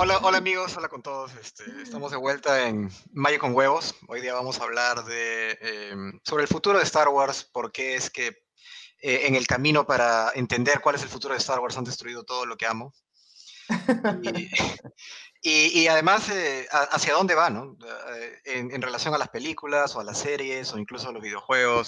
Hola, hola amigos, hola con todos. Estamos de vuelta en Mayo con Huevos. Hoy día vamos a hablar sobre el futuro de Star Wars, por qué es que en el camino para entender cuál es el futuro de Star Wars han destruido todo lo que amo. Y, y además, hacia dónde va, ¿no? En relación a las películas o a las series o incluso a los videojuegos,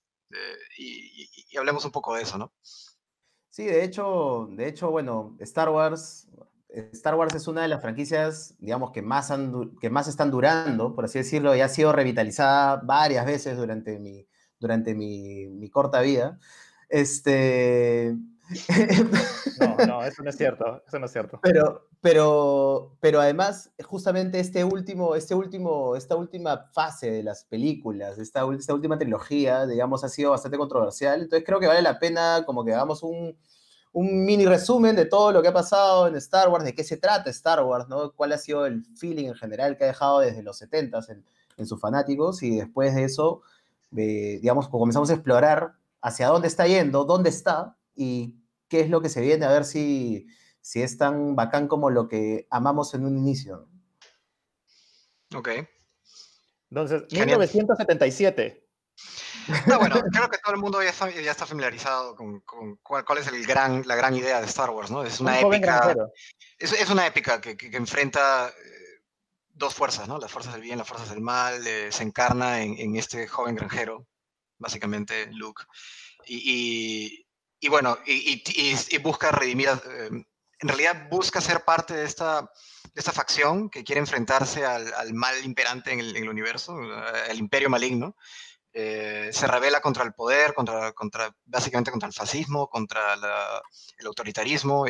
y hablemos un poco de eso, ¿no? Sí, bueno, Star Wars es una de las franquicias, digamos, que más están durando, por así decirlo, y ha sido revitalizada varias veces durante mi corta vida. Este, No, no, eso no es cierto, eso no es cierto. pero además, justamente esta última fase de las películas, esta última trilogía, digamos, ha sido bastante controversial. Entonces creo que vale la pena como que hagamos un mini resumen de todo lo que ha pasado en Star Wars, de qué se trata Star Wars, ¿no? Cuál ha sido el feeling en general que ha dejado desde los 70s en sus fanáticos, y después de eso, digamos, comenzamos a explorar hacia dónde está yendo, dónde está y qué es lo que se viene, a ver si es tan bacán como lo que amamos en un inicio. Ok, Entonces, genial. 1977. No, bueno, creo que todo el mundo ya está familiarizado con cuál es la gran idea de Star Wars, ¿no? Es Un una joven épica, granjero. es una épica que enfrenta dos fuerzas, ¿no? Las fuerzas del bien, las fuerzas del mal, se encarna en este joven granjero, básicamente Luke, y, y bueno, y busca redimir, en realidad busca ser parte de esta facción que quiere enfrentarse al mal imperante en el universo, el imperio maligno. Se revela contra el poder, básicamente contra el fascismo, contra el autoritarismo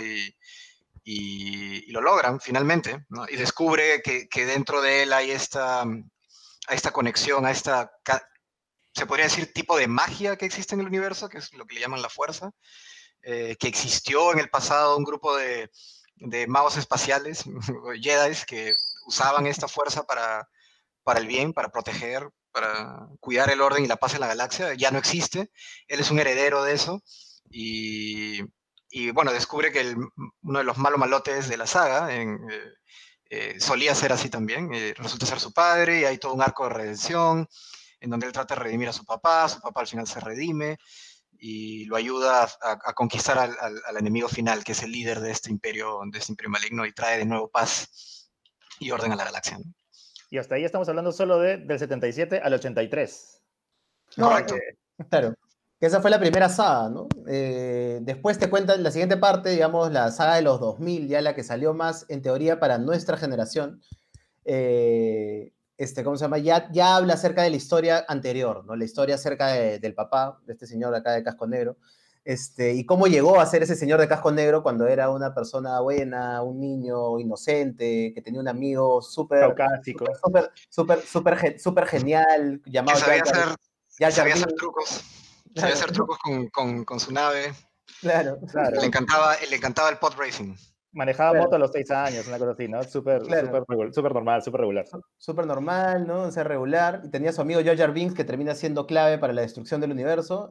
y lo logran finalmente, ¿no? Y descubre que dentro de él hay esta conexión, se podría decir, tipo de magia que existe en el universo, que es lo que le llaman la fuerza, que existió en el pasado un grupo de magos espaciales, Jedi, que usaban esta fuerza para el bien, para proteger, para cuidar el orden y la paz en la galaxia, ya no existe. Él es un heredero de eso y bueno, descubre que uno de los malotes de la saga solía ser así también. Resulta ser su padre y hay todo un arco de redención en donde él trata de redimir a su papá al final se redime y lo ayuda a conquistar al enemigo final, que es el líder de este imperio maligno y trae de nuevo paz y orden a la galaxia, ¿no? Y hasta ahí estamos hablando solo del 77 al 83. No, Correcto. claro, que esa fue la primera saga, ¿no? Después te cuentan la siguiente parte, digamos, la saga de los 2000, ya la que salió más en teoría para nuestra generación. ¿Cómo se llama? Ya habla acerca de la historia anterior, ¿no? La historia acerca del papá, de este señor de acá de casco negro, y cómo llegó a ser ese señor de casco negro cuando era una persona buena, un niño inocente, que tenía un amigo Caucásico. súper genial, Que llamado Jar Jar sabía hacer Binks. trucos, sabía Claro, hacer trucos con su nave. claro, Claro. Le encantaba el pod racing. Manejaba claro, moto a los 6 años, una cosa así, ¿no? Súper, claro. súper normal, súper regular. Súper normal, ¿no? O sea, regular. Y tenía a su amigo Jar Jar Binks, que termina siendo clave para la destrucción del universo.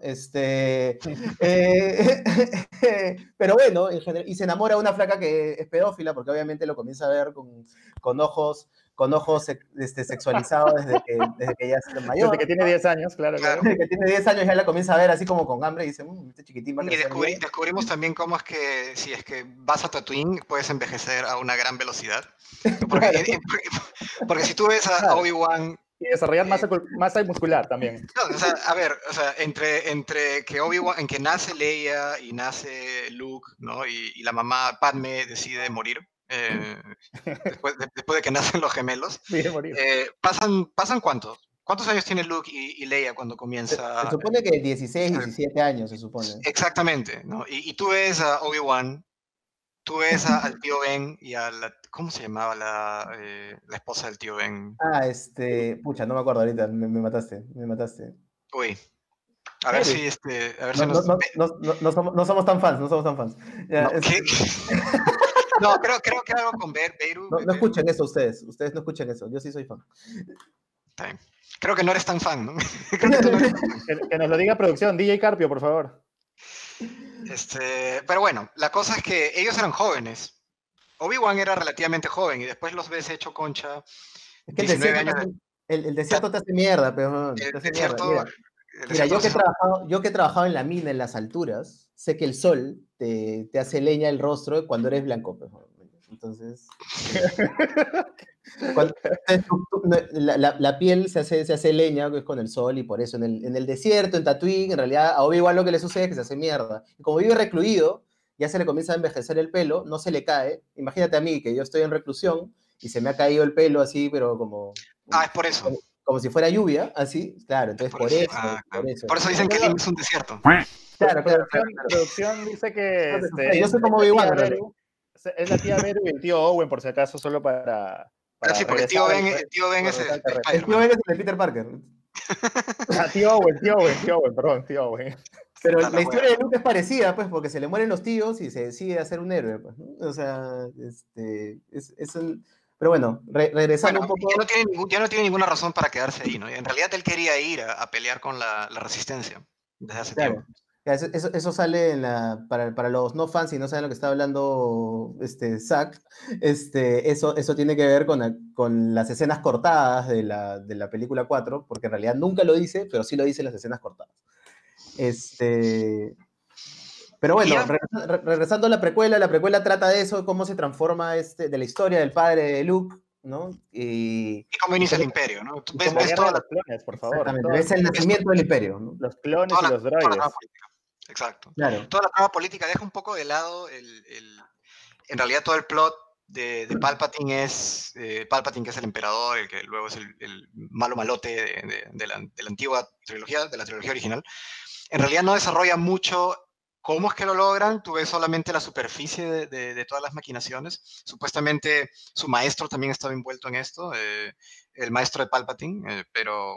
Eh, pero bueno, y se enamora de una flaca que es pedófila, porque obviamente lo comienza a ver con ojos, sexualizados desde que ya es Desde mayor, que tiene ¿no? 10 años, claro, Claro. claro. Desde que tiene 10 años ya la comienza a ver así como con hambre y dice, este chiquitín va a Y crecer bien. descubrimos también cómo es que si es que vas a Tatooine puedes envejecer a una gran velocidad. Porque, Claro, porque si tú ves a Claro. Obi-Wan, Y desarrollar masa muscular también. no, o sea, a ver, o sea, entre que Obi-Wan, en que nace Leia y nace Luke, ¿no? Y la mamá Padme decide morir después de que nacen los gemelos. Vive morir. ¿Pasan cuántos? ¿Cuántos años tiene Luke y Leia cuando se comienza? supone que 16, Este, 17 años, se supone. Exactamente, ¿no? Y tú ves a Obi-Wan, tú ves al tío Ben y a la, ¿cómo se llamaba la esposa del tío Ben? Pucha, no me acuerdo ahorita, me mataste, me mataste. Uy, Eric. a ver si No, no, nos... no, no somos tan fans, no somos tan fans. Ya, No, ¿qué? No, creo que algo con Beirut, no escuchen eso ustedes no escuchen eso, yo sí soy fan. está bien. Creo que no eres tan fan, ¿no? Creo que tú no eres tan fan. Que nos lo diga producción, DJ Carpio, por favor. Pero bueno, la cosa es que ellos eran jóvenes. Obi-Wan era relativamente joven y después los ves hecho concha, Es que 19 años de... el desierto te hace mierda, pero El te hace mierda. desierto, el Mira, desierto yo que he trabajado en la mina, en las alturas, sé que el sol te hace leña el rostro cuando eres blanco. Pues, entonces, cuando- la piel se hace leña pues, con el sol y por eso en el desierto, en Tatooine, en realidad a Obi-Wan lo que le sucede es que se hace mierda. Y como vive recluido, ya se le comienza a envejecer el pelo, no se le cae. Imagínate a mí que yo estoy en reclusión y se me ha caído el pelo así, pero Ah, es por eso. como si fuera lluvia, así, claro, Es entonces por eso. Ah, por claro. eso. Por eso dicen que Lima es un desierto. Claro, claro, claro, Producción dice que claro. Yo soy es como la Obi-Wan, tía en realidad. Beru, es la tía Beru y el tío Owen, por si acaso, solo Ah, para sí, porque regresar, El tío Ben es regresar al terreno. El tío Spider-Man. Ben es el de Peter Parker. Ah, tío Owen, perdón, tío Owen. Pero Está la la hueá. historia de Luke es parecida, pues, porque se le mueren los tíos y se decide hacer un héroe, pues, ¿no? O sea, Pero bueno, regresando Bueno, un ya no poco... tiene ya no tiene ninguna razón para quedarse ahí, ¿no? En realidad él quería ir a pelear con la resistencia desde hace tiempo. Claro. Eso sale para los no fans y no saben lo que está hablando Zack. Eso tiene que ver con las escenas cortadas de la película 4 porque en realidad nunca lo dice, pero sí lo dice en las escenas cortadas. Pero Y bueno, ya, regresando a la precuela trata de eso, cómo se transforma de la historia del padre de Luke, ¿no? y cómo Y inicia el cómo, imperio, ¿no? y La cómo- Ves guerra de los clones, por favor. exactamente, ves el ves nacimiento del imperio, ¿no? Los clones y los toda la trama droides. política. Exacto. Claro. Toda la trama política deja un poco de lado en realidad todo el plot de Palpatine es Palpatine, que es el emperador, el que luego es el malo malote de la antigua trilogía, de la trilogía original. En realidad no desarrolla mucho cómo es que lo logran, tú ves solamente la superficie de todas las maquinaciones. Supuestamente su maestro también estaba envuelto en esto, el maestro de Palpatine, pero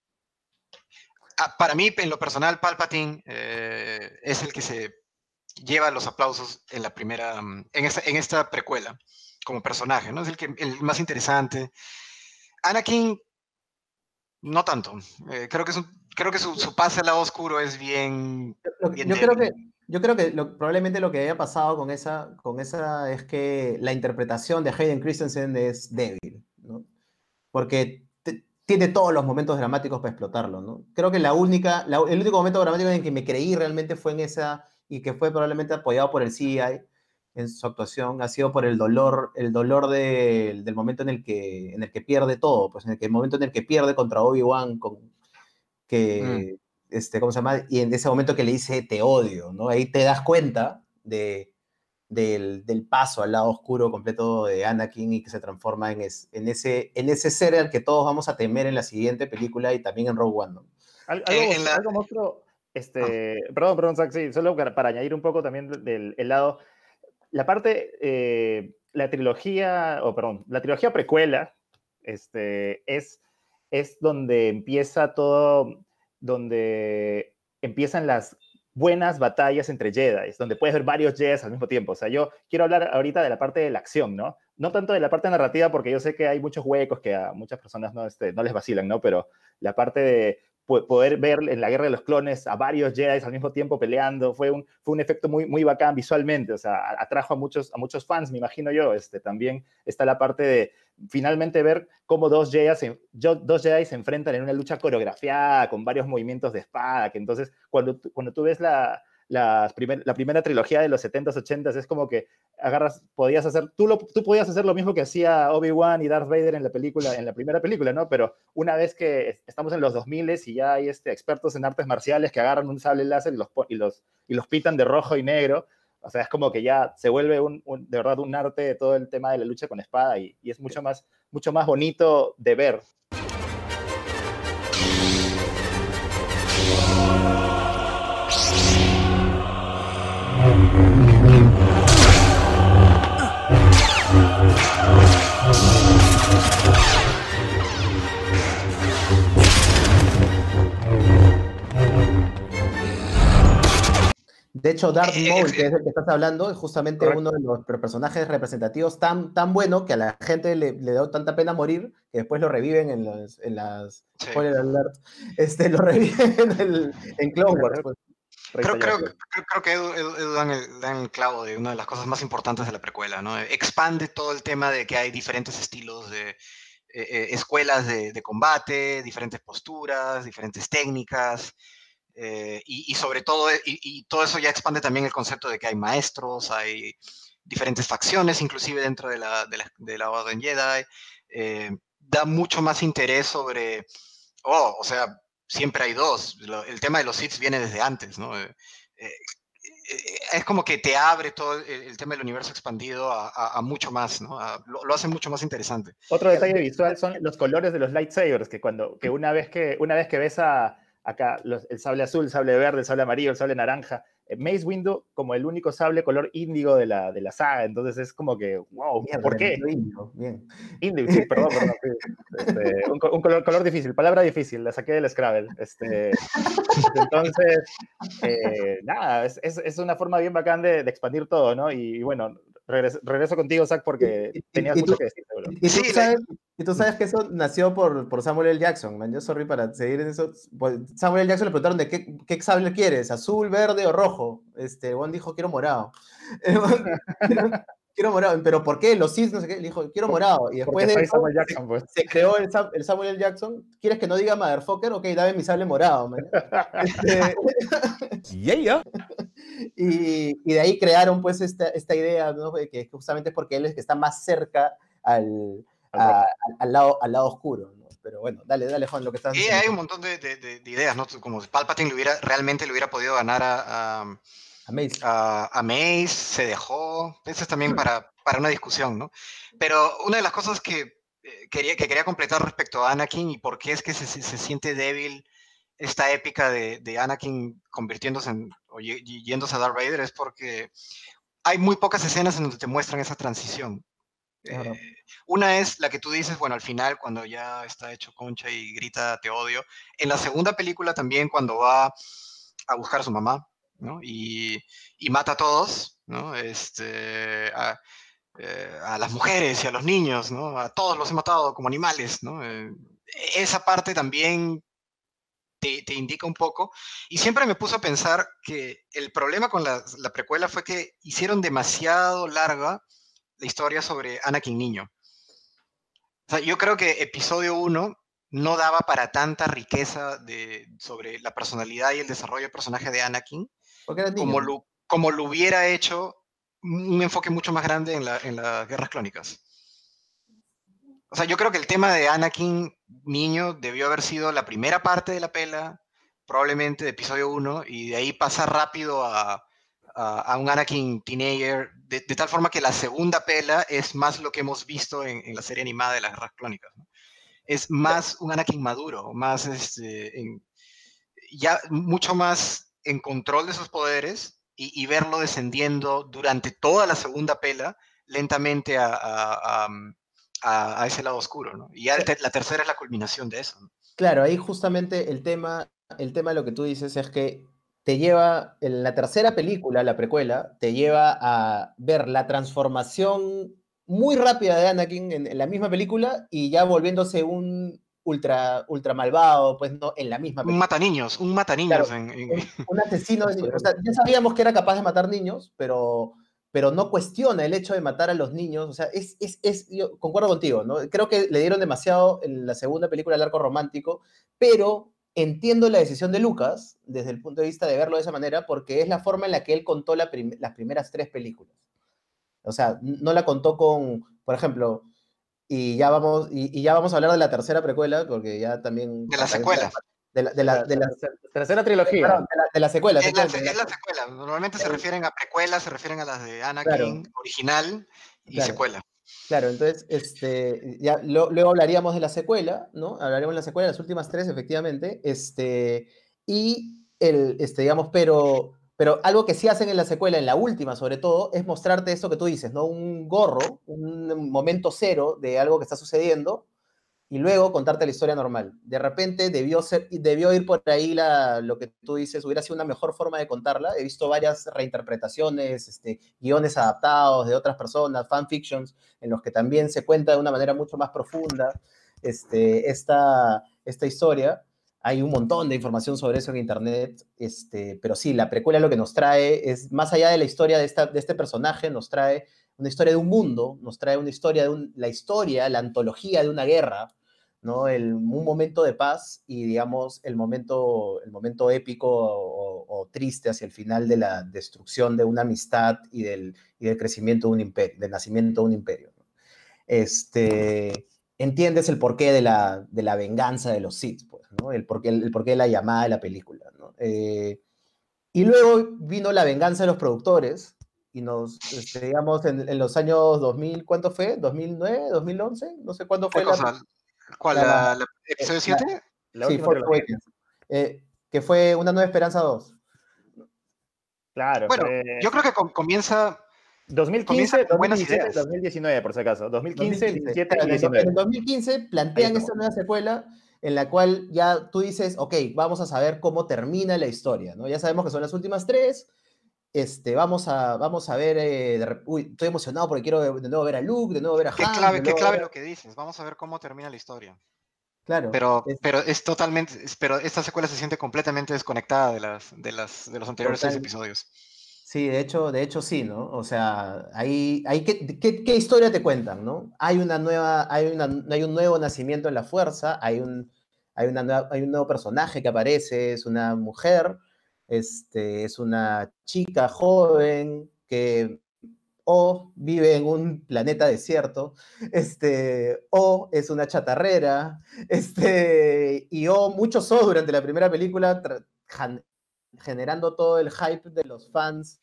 para mí, en lo personal, Palpatine es el que se lleva los aplausos en la primera, en esta precuela, como personaje, ¿no? Es el más interesante. Anakin, no tanto. Creo que su pase al lado oscuro es bien Yo creo débil. que probablemente lo que haya pasado con esa es que la interpretación de Hayden Christensen es débil, ¿no? Porque tiene todos los momentos dramáticos para explotarlo, ¿no? Creo que el único momento dramático en que me creí realmente fue en esa, y que fue probablemente apoyado por el CGI en su actuación, ha sido por el dolor del momento en el que pierde todo, pues el momento en el que pierde contra Obi-Wan, Mm. ¿cómo se llama? Y en ese momento que le dice te odio, ¿no? Ahí te das cuenta del paso al lado oscuro completo de Anakin y que se transforma en ese ser al que todos vamos a temer en la siguiente película y también en Rogue One, ¿no? Algo monstruo, Ah, perdón, Zach, sí, solo para añadir un poco también del lado, la parte, la trilogía precuela, es donde empieza todo, donde empiezan las buenas batallas entre Jedi, donde puedes ver varios Jedi al mismo tiempo. O sea, yo quiero hablar ahorita de la parte de la acción, ¿no? No tanto de la parte narrativa, porque yo sé que hay muchos huecos que a muchas personas no les vacilan, ¿no? Pero la parte de poder ver en la Guerra de los Clones a varios Jedi al mismo tiempo peleando, fue un efecto muy, muy bacán visualmente, o sea, atrajo a muchos fans, me imagino yo. También está la parte de finalmente ver cómo dos Jedi se enfrentan en una lucha coreografiada con varios movimientos de espada, que entonces cuando tú ves la primera trilogía de los 70s, 80s, es como que tú podías hacer lo mismo que hacía Obi-Wan y Darth Vader en la primera película, ¿no? Pero una vez que estamos en los 2000 y ya hay expertos en artes marciales que agarran un sable láser y los pintan de rojo y negro, o sea, es como que ya se vuelve de verdad un arte de todo el tema de la lucha con espada y es mucho más bonito de ver. De hecho, Darth Maul, que es el que estás hablando, es justamente Correcto. uno de los personajes representativos tan bueno que a la gente le da tanta pena morir que después lo reviven en las sí. spoiler alert, lo reviven en Clone Wars, pues. Creo que Edu dan el clavo de una de las cosas más importantes de la precuela, ¿no? Expande todo el tema de que hay diferentes estilos de escuelas de combate, diferentes posturas, diferentes técnicas, y sobre todo, y todo eso ya expande también el concepto de que hay maestros, hay diferentes facciones, inclusive dentro de la Orden Jedi. Da mucho más interés sobre, o sea, siempre hay dos. El tema de los Sith viene desde antes, ¿no? Es como que te abre todo el tema del universo expandido a mucho más, ¿no? Lo hace mucho más interesante. Otro detalle visual son los colores de los lightsabers, que una vez que ves acá el sable azul, el sable verde, el sable amarillo, el sable naranja, Mace Windu como el único sable color índigo de la saga, entonces es como que, wow, Mierda, ¿por qué? Índigo, bien. Índigo, sí, perdón. Sí. Un color difícil, palabra difícil, la saqué del Scrabble. Entonces, nada, es una forma bien bacán de expandir todo, ¿no? Y bueno, regreso contigo, Zach, porque tenías mucho que decir, seguro. Y tú sabes que eso nació por Samuel L. Jackson, man. Yo sorry para seguir en eso. Pues, Samuel L. Jackson le preguntaron de qué sable quieres, azul, verde o rojo. Juan dijo, quiero morado. Quiero morado, pero ¿por qué? Los Sith, no sé qué, le dijo, quiero morado. Y después de eso, Samuel Jackson, pues. se creó el Samuel L. Jackson. ¿Quieres que no diga motherfucker? Ok, dame mi sable morado, man. Yeah. Y de ahí crearon pues esta idea, ¿no? Que justamente es porque él es que está más cerca al lado oscuro, ¿no? Pero bueno, dale Juan, lo que estás diciendo. Y hay un montón de ideas, ¿no? Como si Palpatine realmente le hubiera podido ganar A Mace. A Mace, se dejó. Eso es también para una discusión, ¿no? Pero una de las cosas que quería completar respecto a Anakin y por qué es que se siente débil esta épica de Anakin convirtiéndose o yéndose a Darth Vader es porque hay muy pocas escenas en donde te muestran esa transición. Una es la que tú dices, bueno, al final, cuando ya está hecho concha y grita te odio. En la segunda película también, cuando va a buscar a su mamá, ¿no? Y mata a todos, ¿no? A las mujeres y a los niños, ¿no? A todos los he matado como animales, ¿no? Esa parte también te indica un poco. Y siempre me puso a pensar que el problema con la precuela fue que hicieron demasiado larga la historia sobre Anakin niño. O sea, yo creo que episodio 1 no daba para tanta riqueza sobre la personalidad y el desarrollo del personaje de Anakin como lo hubiera hecho un enfoque mucho más grande en las Guerras Clónicas. O sea, yo creo que el tema de Anakin niño debió haber sido la primera parte de la pela, probablemente de episodio 1, y de ahí pasar rápido a un Anakin teenager, de tal forma que la segunda pela es más lo que hemos visto en la serie animada de las Guerras Clónicas, ¿no? Es más un Anakin maduro, más ya mucho más en control de sus poderes y verlo descendiendo durante toda la segunda pela lentamente a ese lado oscuro, ¿no? Y ya la tercera es la culminación de eso, ¿no? Claro, ahí justamente el tema de lo que tú dices es que te lleva, en la tercera película, la precuela, te lleva a ver la transformación muy rápida de Anakin en la misma película y ya volviéndose un ultra malvado, pues no, en la misma película. Un mataniños. Claro, un asesino de niños. O sea, ya sabíamos que era capaz de matar niños, pero no cuestiona el hecho de matar a los niños. O sea, yo concuerdo contigo, ¿no? Creo que le dieron demasiado en la segunda película al arco romántico, pero entiendo la decisión de Lucas desde el punto de vista de verlo de esa manera, porque es la forma en la que él contó las primeras 3 películas. O sea, no la contó con, por ejemplo, y ya vamos a hablar de la tercera precuela, porque ya también... De la secuela. De la tercera trilogía. Perdón, de la secuela. Es la secuela. Normalmente se refieren a precuelas, se refieren a las de Anakin, original y secuela. Claro, entonces, ya luego hablaríamos de la secuela, ¿no? Hablaremos de la secuela, las últimas 3, efectivamente, digamos, pero algo que sí hacen en la secuela, en la última sobre todo, es mostrarte eso que tú dices, ¿no? Un gorro, un momento cero de algo que está sucediendo, y luego contarte la historia normal. De repente debió ir por ahí lo que tú dices, hubiera sido una mejor forma de contarla. He visto varias reinterpretaciones, guiones adaptados de otras personas, fanfictions, en los que también se cuenta de una manera mucho más profunda esta historia. Hay un montón de información sobre eso en internet, pero sí, la precuela lo que nos trae es, más allá de la historia de este personaje, nos trae una historia de un mundo, nos trae una historia la historia, la antología de una guerra, ¿no? Un momento de paz y, digamos, el momento épico o triste hacia el final de la destrucción de una amistad y del crecimiento de un imperio, del nacimiento de un imperio, ¿no? Entiendes el porqué de la venganza de los Sith, pues, ¿no? El porqué de la llamada de la película, ¿no? Y luego vino la venganza de los productores y digamos, en los años 2000, ¿cuánto fue? ¿2009? ¿2011? No sé cuándo ¿Qué fue cosa? ¿Cuál? la, ¿Episodio la- 7? La sí, última Force trilogía. Awakens, que fue Una Nueva Esperanza 2. Claro, Bueno, fue yo creo que comienza 2015, con buenas 2017, ideas. 2019, por si acaso. 2015, 2015. 17 Claro, y en el 19. 2015 Ahí plantean esta estamos. nueva secuela en la cual ya tú dices, ok, vamos a saber cómo termina la historia, ¿no? Ya sabemos que son las últimas tres, vamos a ver, uy, estoy emocionado porque quiero de nuevo ver a Luke, de nuevo ver a Han, de Qué nuevo clave ver a... lo que dices. Vamos a ver cómo termina la historia. Claro, Pero esta secuela se siente completamente desconectada de los anteriores 6 total. episodios. Sí, de hecho sí, ¿no? O sea, ¿qué historia te cuentan, ¿no? Hay un nuevo nacimiento en la fuerza, hay un nuevo personaje que aparece, es una mujer, es una chica joven que o vive en un planeta desierto, o es una chatarrera, y mucho O durante la primera película, generando todo el hype de los fans.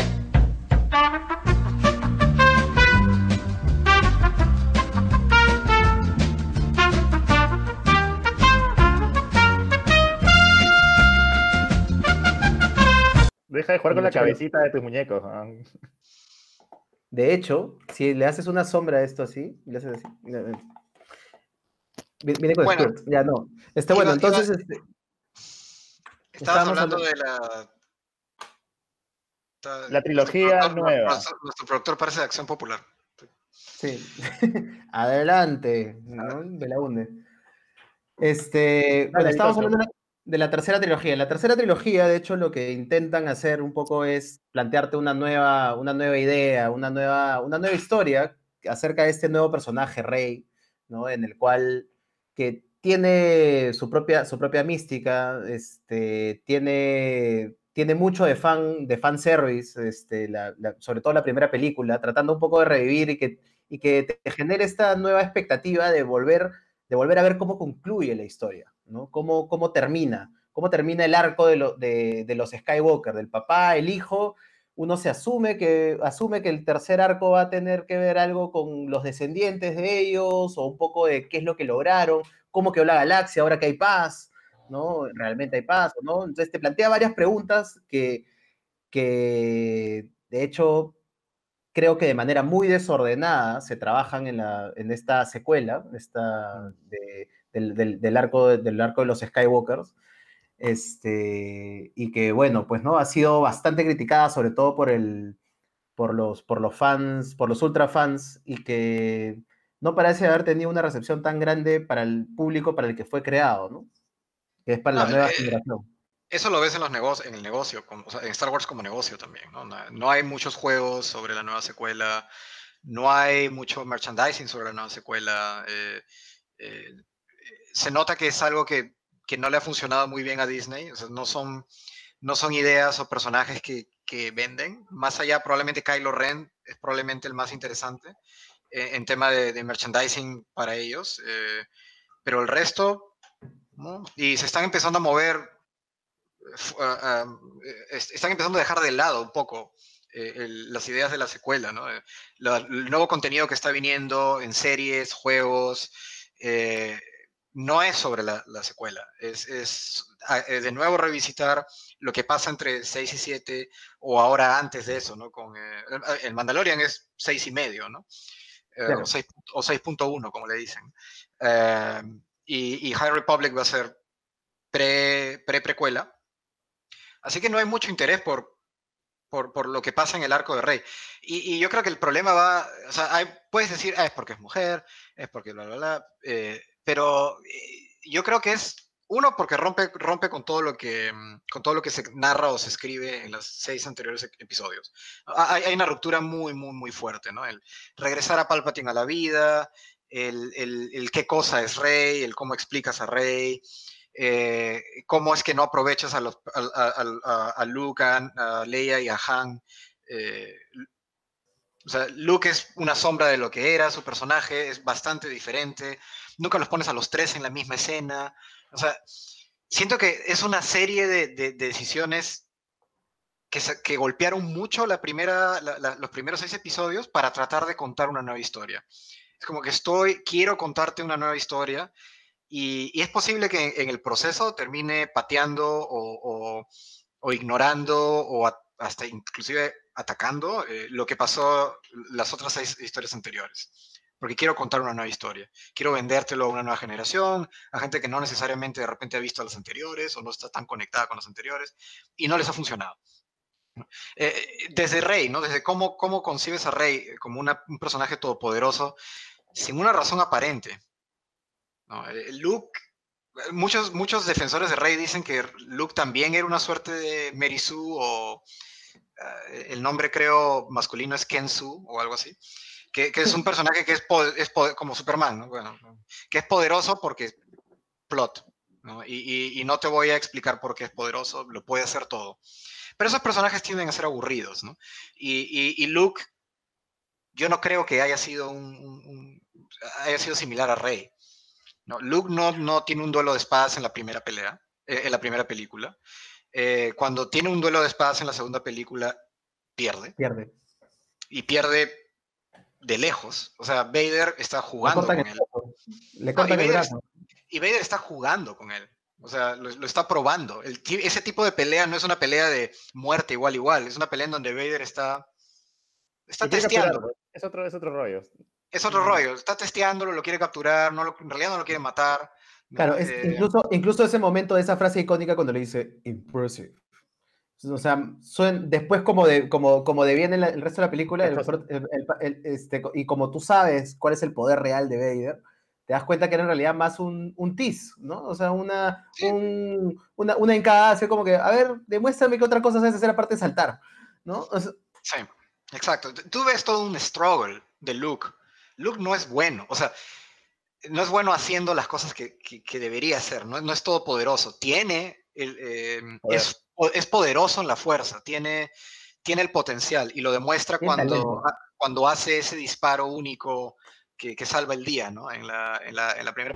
Deja de jugar con la Mucho- cabecita de tus muñecos. De hecho, si le haces una sombra a esto así, le haces así, viene con Bueno, Squirt, ya no. Bueno, iba, iba, entonces, estabas estábamos hablando hablando. de la... La trilogía nueva. Nuestro productor parece de Acción Popular. Sí, adelante, ¿no? Belaunde. Bueno, Dale, estábamos Vitocho. hablando de la tercera trilogía. La tercera trilogía, de hecho, lo que intentan hacer un poco es plantearte una nueva idea, una nueva historia acerca de este nuevo personaje, Rey, ¿no? En el cual que tiene su propia mística, tiene mucho de fan service, sobre todo la primera película, tratando un poco de revivir y que te genere esta nueva expectativa de volver a ver cómo concluye la historia, ¿no? Cómo termina el arco de los Skywalker, del papá, el hijo. Uno asume que el tercer arco va a tener que ver algo con los descendientes de ellos, o un poco de qué es lo que lograron, cómo quedó la galaxia ahora que hay paz, ¿no? ¿Realmente hay paz o no? Entonces te plantea varias preguntas que de hecho creo que de manera muy desordenada se trabajan en esta secuela, del arco de los Skywalkers, y que, bueno, pues, ¿no? Ha sido bastante criticada, sobre todo por los fans, por los ultra fans, y que no parece haber tenido una recepción tan grande para el público para el que fue creado, ¿no? Que es para No, la nueva generación. eso lo ves en los negocios, en el negocio, o sea, en Star Wars como negocio también, ¿no? No hay muchos juegos sobre la nueva secuela, no hay mucho merchandising sobre la nueva secuela. Eh, Se nota que es algo que no le ha funcionado muy bien a Disney, o sea, no son ideas o personajes que venden. Más allá, probablemente Kylo Ren es probablemente el más interesante en tema de merchandising para ellos, pero el resto, ¿no? Y se están empezando a mover, están empezando a dejar de lado un poco las ideas de la secuela, ¿no? El nuevo contenido que está viniendo en series, juegos, no es sobre la secuela, es de nuevo revisitar lo que pasa entre 6 y 7 o ahora antes de eso, ¿no? El Mandalorian es 6 y medio, ¿no? Claro. O 6.1, como le dicen. Eh, y High Republic va a ser precuela. Así que no hay mucho interés por lo que pasa en el arco de Rey. Y yo creo que el problema va, o sea, puedes decir, es porque es mujer, es porque bla, bla, bla, pero yo creo que es Uno, porque rompe con todo lo que se narra o se escribe en los 6 anteriores episodios. Hay una ruptura muy, muy, muy fuerte, ¿no? El regresar a Palpatine a la vida, el qué cosa es Rey, el cómo explicas a Rey, cómo es que no aprovechas a Luke, a Leia y a Han. O sea, Luke es una sombra de lo que era, su personaje es bastante diferente, nunca los pones a los tres en la misma escena. O sea, siento que es una serie de decisiones que golpearon mucho los primeros 6 episodios para tratar de contar una nueva historia. Es como que quiero contarte una nueva historia y es posible que en el proceso termine pateando o ignorando hasta inclusive atacando lo que pasó las otras 6 historias anteriores. Porque quiero contar una nueva historia. Quiero vendértelo a una nueva generación, a gente que no necesariamente de repente ha visto a las anteriores o no está tan conectada con las anteriores y no les ha funcionado. Desde Rey, ¿no? Desde cómo concibes a Rey como un personaje todopoderoso sin una razón aparente, ¿no? Luke, muchos defensores de Rey dicen que Luke también era una suerte de Mary Sue o el nombre creo masculino es Kensu o algo así, que es un personaje que es como Superman, ¿no? Bueno, que es poderoso porque plot, ¿no? Y no te voy a explicar por qué es poderoso, lo puede hacer todo. Pero esos personajes tienden a ser aburridos, ¿no? Y Luke, yo no creo que haya sido haya sido similar a Rey. ¿No? Luke no tiene un duelo de espadas en la primera pelea, en la primera película. Cuando tiene un duelo de espadas en la segunda película, pierde. Pierde. Y pierde de lejos. O sea, Vader está jugando con él. Le cortan el brazo. Y Vader está jugando con él. O sea, lo está probando. Ese tipo de pelea no es una pelea de muerte igual. Es una pelea en donde Vader está testeando. Es otro rollo. Es otro rollo. Está testeándolo, lo quiere capturar, en realidad no lo quiere matar. ¿No? Claro, incluso ese momento de esa frase icónica cuando le dice impressive. O sea, después como deviene el resto de la película, y como tú sabes cuál es el poder real de Vader, te das cuenta que era en realidad más un tease, ¿no? O sea, una hincada, así como que, a ver, demuéstrame qué otra cosa sabes hacer aparte de saltar, ¿no? O sea, sí, exacto. Tú ves todo un struggle de Luke. Luke no es bueno, o sea, no es bueno haciendo las cosas que debería hacer, no es todopoderoso. Es poderoso en la fuerza, tiene el potencial y lo demuestra cuando hace ese disparo único que salva el día, ¿no? En la primera.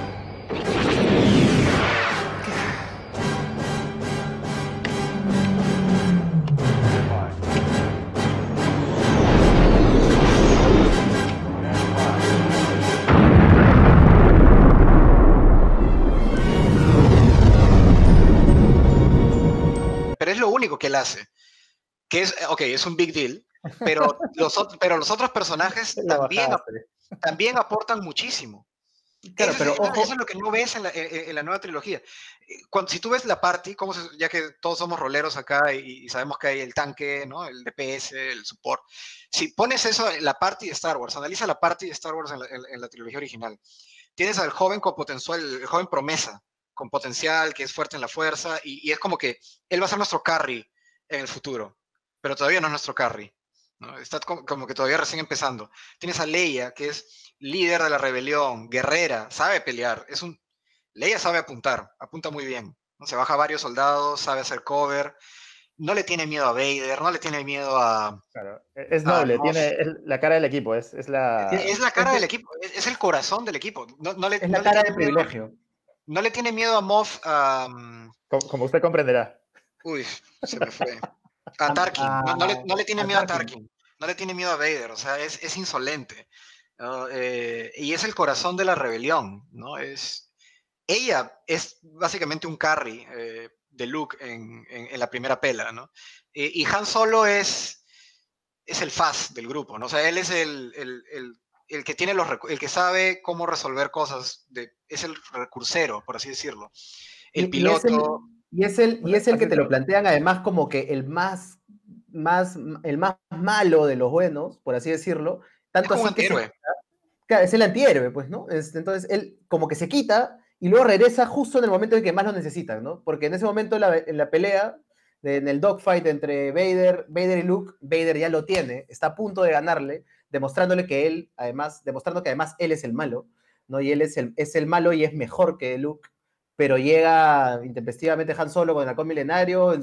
Pero es lo único que él hace. Que es un big deal, pero los otros personajes también aportan muchísimo. Claro, eso es lo que no ves en la nueva trilogía. Si tú ves la party, ya que todos somos roleros acá y sabemos que hay el tanque, ¿no? El DPS, el support. Si pones eso en la party de Star Wars, analiza la party de Star Wars en la trilogía original. Tienes al joven con potencial, el joven promesa, con potencial, que es fuerte en la fuerza, y es como que él va a ser nuestro carry en el futuro, pero todavía no es nuestro carry, ¿no? Está como que todavía recién empezando. Tienes a Leia, que es líder de la rebelión, guerrera, sabe pelear. Leia sabe apunta muy bien, ¿no? Se baja a varios soldados, sabe hacer cover, no le tiene miedo a Vader, no le tiene miedo a... Claro, es noble, es la cara del equipo, es la cara del equipo, es el corazón del equipo. Es la cara de privilegio. No le tiene miedo a Moff... Como usted comprenderá. Uy, se me fue. A Tarkin. No le tiene miedo a Tarkin. No le tiene miedo a Vader. O sea, es insolente. Y es el corazón de la rebelión, ¿no? Ella es básicamente un carry de Luke en la primera pela, ¿no? Y Han Solo es el faz del grupo, ¿no? O sea, él es el que tiene el que sabe cómo resolver cosas, es el recursero, por así decirlo. El piloto. Y es el que te lo plantean además como que el más malo de los buenos, por así decirlo. Tanto es como así antihéroe. Claro, es el antihéroe, pues, ¿no? Entonces él como que se quita y luego regresa justo en el momento en que más lo necesitan, ¿no? Porque en ese momento en la pelea, en el dogfight entre Vader y Luke, Vader ya lo tiene, está a punto de ganarle, demostrando que además él es el malo, ¿no? Y él es el malo y es mejor que Luke, pero llega intempestivamente Han Solo con el halcón milenario,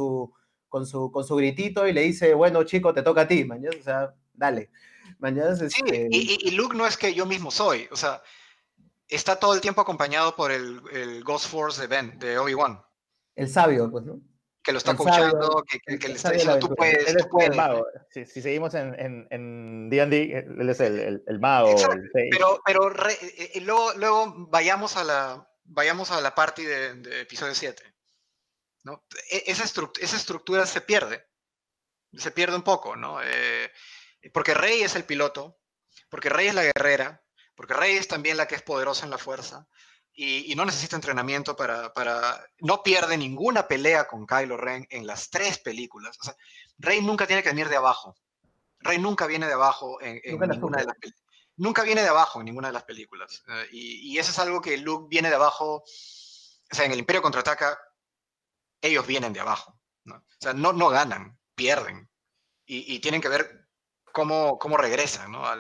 con su gritito y le dice, bueno, chico, te toca a ti, mañana, o sea, dale. Mañana, Sí, y Luke no es que yo mismo soy, o sea, está todo el tiempo acompañado por el Ghost Force de Obi-Wan, el sabio, pues, ¿no? que lo está El sabio, coachando, que le el está sabio de la diciendo, tú aventura. Él puedes, tú es el puedes. mago. Si seguimos en D&D, él es el mago, Exacto, el sage. pero luego vayamos a la party de episodio 7, ¿no? Esa estructura se pierde un poco, ¿no? Porque Rey es el piloto, porque Rey es la guerrera, porque Rey es también la que es poderosa en la fuerza, y no necesita entrenamiento no pierde ninguna pelea con Kylo Ren en las 3 películas. O sea, Rey nunca tiene que venir de abajo. Rey nunca viene de abajo Nunca en la ninguna de sufre. las películas. Nunca viene de abajo en ninguna de las películas. Y eso es algo que Luke viene de abajo. O sea, en el Imperio Contraataca, ellos vienen de abajo, ¿no? O sea, no ganan, pierden. Y tienen que ver cómo regresan, ¿no?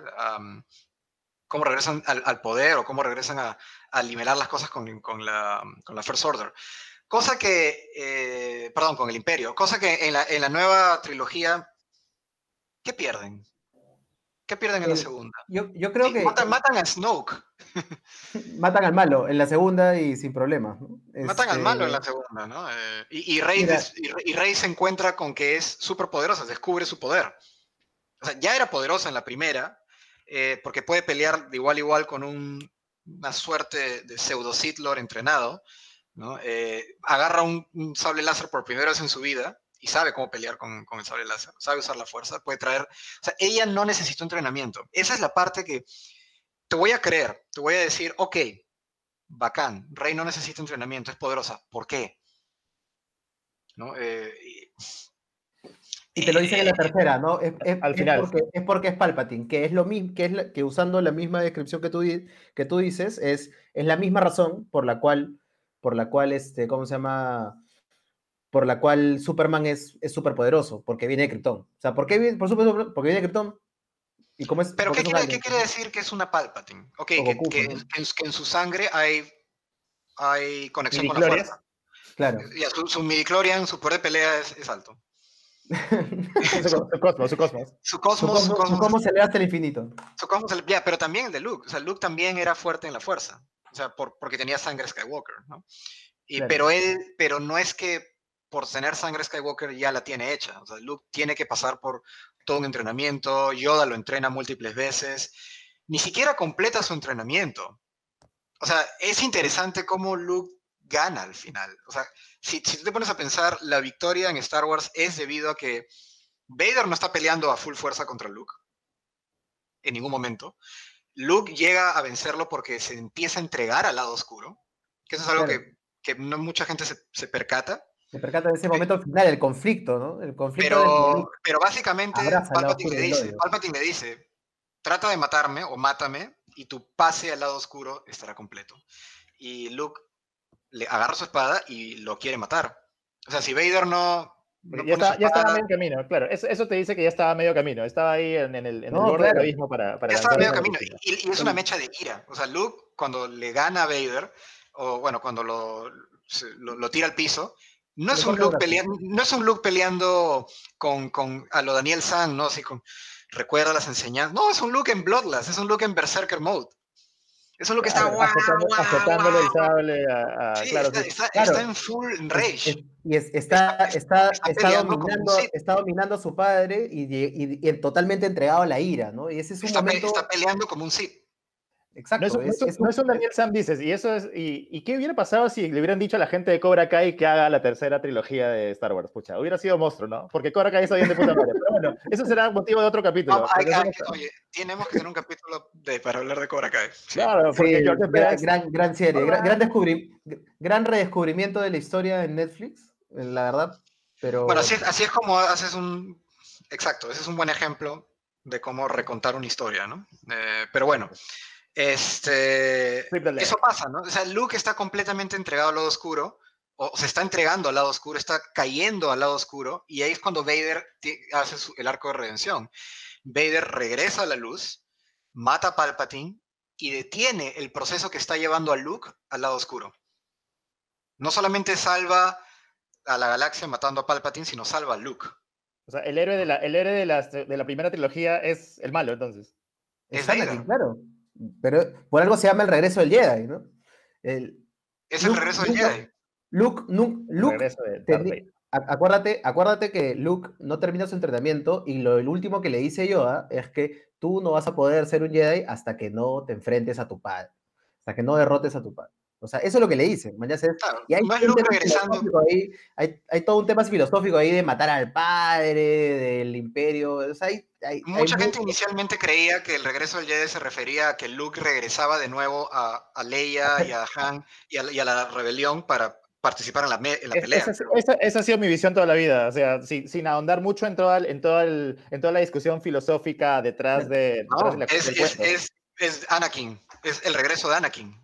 Cómo regresan al poder o cómo regresan a nivelar las cosas con la First Order. Cosa que, perdón, con el Imperio. Cosa que en la nueva trilogía, ¿qué pierden? ¿Qué pierden en la segunda? Yo creo Sí, que matan a Snoke. matan al malo en la segunda y sin problemas, ¿no? Matan al malo en la segunda, ¿no? Mira, Y Rey se encuentra con que es súper poderosa, descubre su poder. O sea, ya era poderosa en la primera, porque puede pelear de igual a igual con una suerte de pseudo Sith Lord entrenado, ¿no? Agarra un sable láser por primera vez en su vida y sabe cómo pelear con el sable láser, sabe usar la fuerza, puede traer... O sea, ella no necesitó entrenamiento. Esa es la parte que te voy a creer, te voy a decir, ok, bacán, Rey no necesita entrenamiento, es poderosa. ¿Por qué? ¿No? y te lo dicen en la tercera, ¿no? Al final. Es porque es Palpatine, que es lo mismo, que usando la misma descripción que tú dices, es la misma razón por la cual, ¿cómo se llama? Por la cual Superman es súper poderoso, porque viene de Krypton. O sea, por supuesto, porque viene de Krypton, y Pero porque ¿qué es un qué alien, quiere decir que es una Palpatine? Ok, o Goku, pues, ¿no? que en su sangre hay conexión con la Midichlorians. fuerza. Claro. Ya, su midichlorian, su poder de pelea es alto. Su cosmos. Su cosmos, ¿Cómo se le da hasta el infinito? ya, pero también el de Luke. O sea, Luke también era fuerte en la fuerza. O sea, porque tenía sangre Skywalker, ¿no? Claro. Pero no es que por tener sangre Skywalker ya la tiene hecha. O sea, Luke tiene que pasar por todo un entrenamiento. Yoda lo entrena múltiples veces. Ni siquiera completa su entrenamiento. O sea, es interesante cómo Luke gana al final. O sea, si tú te pones a pensar, la victoria en Star Wars es debido a que Vader no está peleando a full fuerza contra Luke en ningún momento. Luke llega a vencerlo porque se empieza a entregar al lado oscuro, que eso es algo Claro. que no mucha gente se percata. Se percata de ese momento final, el conflicto, ¿no? El conflicto en el que Luke Pero básicamente abraza al lado oscuro del odio. Palpatine le dice, trata de matarme o mátame y tu pase al lado oscuro estará completo. Y Luke le agarra su espada y lo quiere matar. O sea, si Vader no pone su Ya estaba a espada, medio camino, claro. Eso te dice que ya estaba a medio camino. Estaba ahí en el No, borde del claro. abismo para ya estaba lanzar medio esa camino. velocidad. Y es una mecha de ira. O sea, Luke, cuando le gana a Vader, o bueno, cuando lo tira al piso, no Se le es un corta el Luke brazo. peleando, no es un Luke peleando a lo Daniel San, ¿no? Así recuerda las enseñanzas. No, es un Luke en Bloodlust, es un Luke en Berserker Mode. Es un Luke que está Claro. guau, guau, Azotándole el guau. sable Sí, claro, sí. está Claro. en full rage. Está Peleando como un Sith. está dominando a su padre y totalmente entregado a la ira, ¿no? Y ese es un Está momento, peleando como un Sith. exacto, No es un Daniel Sam, dices, y qué hubiera pasado si le hubieran dicho a la gente de Cobra Kai que haga la tercera trilogía de Star Wars? Pucha, hubiera sido monstruo, ¿no? Porque Cobra Kai está bien de puta madre. Pero bueno, eso será motivo de otro capítulo. Oye, tenemos que tener un capítulo para hablar de Cobra Kai. Sí. Claro, porque sí, George Pérez... gran serie, gran redescubrimiento de la historia en Netflix, la verdad, Bueno, pero así es como haces Exacto, ese es un buen ejemplo de cómo recontar una historia, ¿no? Pero bueno, Triple leg. Eso pasa, ¿no? O sea, Luke está completamente entregado al lado oscuro, o se está entregando al lado oscuro, está cayendo al lado oscuro, y ahí es cuando Vader hace el arco de redención. Vader regresa a la luz, mata a Palpatine y detiene el proceso que está llevando a Luke al lado oscuro. No solamente salva a la galaxia matando a Palpatine, sino salva a Luke. O sea, el héroe de la primera trilogía es el malo, entonces. Es Anakin, Vader. claro. Pero por algo se llama el regreso del Jedi, ¿no? Es el regreso del Jedi. El regreso de Darth Vader. Acuérdate que Luke no termina su entrenamiento y el último que le dice Yoda es que tú no vas a poder ser un Jedi hasta que no te enfrentes a tu padre, hasta que no derrotes a tu padre. O sea, eso es lo que le dicen. Claro, Y hay no es un Luke tema regresando. filosófico ahí, hay todo un tema filosófico ahí de matar al padre, del imperio. O sea, Mucha gente inicialmente creía que el regreso del Jedi se refería a que Luke regresaba de nuevo a Leia y a Han y a la rebelión para participar en la pelea. Esa ha sido mi visión toda la vida, o sea, sin ahondar mucho en toda la discusión filosófica detrás de No, del cuento. es Anakin, es el regreso de Anakin.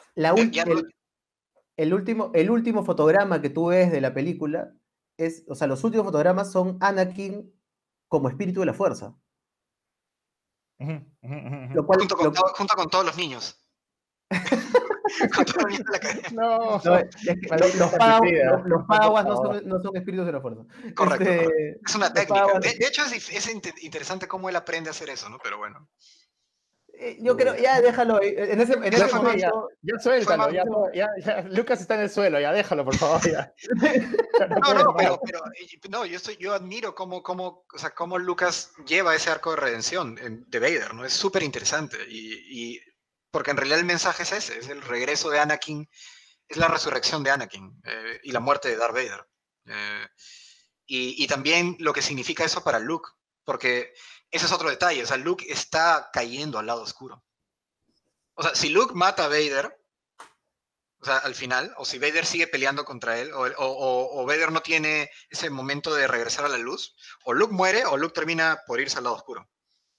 El último fotograma que tú ves de la película o sea, los últimos fotogramas son Anakin como espíritu de la fuerza. Lo cual, junto con todos los niños. Con todos los niños de la cadena. No, los Padawas no son espíritus de la fuerza. Correcto. Es una técnica. De hecho, es interesante cómo él aprende a hacer eso, ¿no? Pero bueno. Yo creo, ya déjalo ahí. En ese momento. Ya suéltalo, ya, Lucas está en el suelo, ya déjalo, por favor. Ya. No, yo admiro cómo Lucas lleva ese arco de redención de Vader, ¿no? Es súper interesante. Y porque en realidad el mensaje es ese, es el regreso de Anakin, es la resurrección de Anakin y la muerte de Darth Vader. Y también lo que significa eso para Luke, porque ese es otro detalle, o sea, Luke está cayendo al lado oscuro. O sea, si Luke mata a Vader, o sea, al final, o si Vader sigue peleando contra él, o Vader no tiene ese momento de regresar a la luz, o Luke muere o Luke termina por irse al lado oscuro.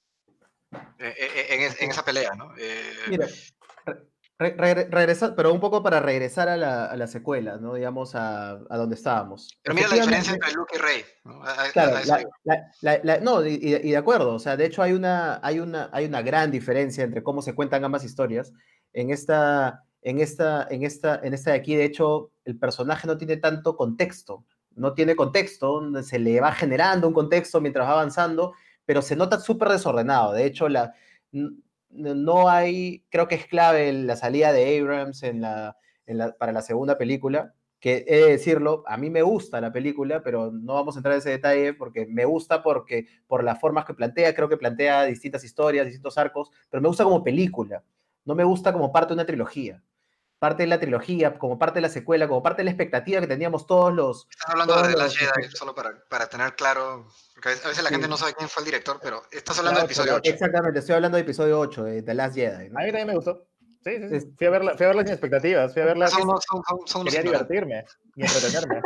En esa pelea, ¿no? Mira, regresar, pero un poco para regresar a la secuela, ¿no? Digamos, a donde estábamos. Pero mira la diferencia entre Luke y Rey, ¿no? Claro, no, y de acuerdo, o sea, de hecho hay una gran diferencia entre cómo se cuentan ambas historias. En esta de aquí, de hecho, el personaje no tiene tanto contexto, no tiene contexto, se le va generando un contexto mientras va avanzando, pero se nota súper desordenado. De hecho, no hay, creo que es clave la salida de Abrams para la segunda película, que he de decirlo, a mí me gusta la película, pero no vamos a entrar en ese detalle porque me gusta por las formas que plantea, creo que plantea distintas historias, distintos arcos, pero me gusta como película, no me gusta como parte de una trilogía. Parte de la trilogía, como parte de la secuela, como parte de la expectativa que teníamos todos los... Estás hablando de The Last Jedi, solo para tener claro, porque a veces la gente no sabe quién fue el director, pero estás hablando del episodio 8. Exactamente, estoy hablando del episodio 8, de The Last Jedi, ¿no? A mí también me gustó. Sí. Fui a verla sin expectativas, fui a verla quería divertirme y entretenerme.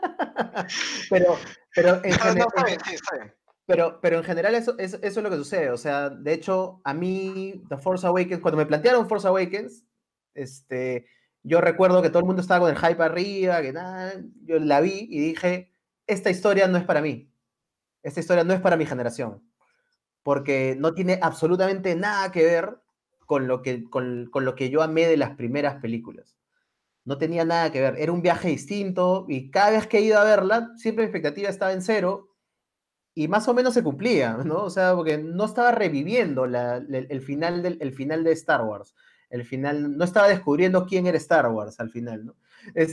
pero en general... Pero en general eso es lo que sucede, o sea, de hecho, a mí The Force Awakens, cuando me plantearon Force Awakens, yo recuerdo que todo el mundo estaba con el hype arriba, que nada, yo la vi y dije, esta historia no es para mí, esta historia no es para mi generación, porque no tiene absolutamente nada que ver con lo que yo amé de las primeras películas. No tenía nada que ver, era un viaje distinto y cada vez que he ido a verla, siempre mi expectativa estaba en cero y más o menos se cumplía, ¿no? O sea, porque no estaba reviviendo el final de Star Wars. El final, no estaba descubriendo quién era Star Wars al final, ¿no?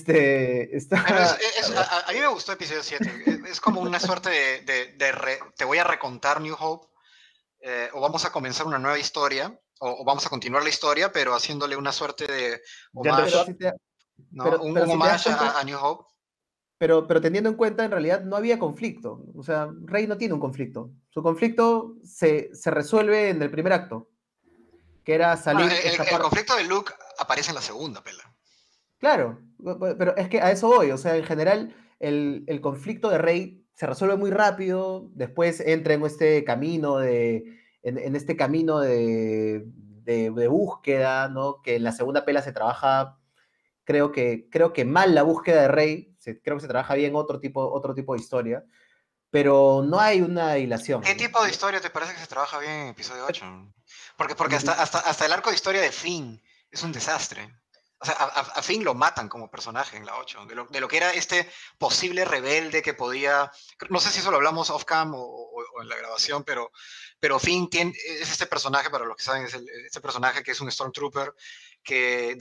A mí me gustó episodio 7. Es como una suerte te voy a recontar New Hope, o vamos a comenzar una nueva historia, o vamos a continuar la historia, pero haciéndole una suerte de homage, un homage a New Hope. Pero teniendo en cuenta, en realidad no había conflicto. O sea, Rey no tiene un conflicto. Su conflicto se resuelve en el primer acto, que era salir... Bueno, el conflicto de Luke aparece en la segunda, pela. Claro, pero es que a eso voy. O sea, en general, el conflicto de Rey se resuelve muy rápido, después entra en este camino de búsqueda, ¿no? Que en la segunda pela se trabaja, creo que mal la búsqueda de Rey, creo que se trabaja bien otro tipo de historia, pero no hay una ¿Qué hilación, ¿no? tipo de historia te parece que se trabaja bien en episodio 8? Porque hasta el arco de historia de Finn es un desastre. O sea, a Finn lo matan como personaje en la 8, de lo que era este posible rebelde que podía... No sé si eso lo hablamos off-cam o en la grabación, pero Finn es este personaje, para los que saben, es este personaje que es un Stormtrooper que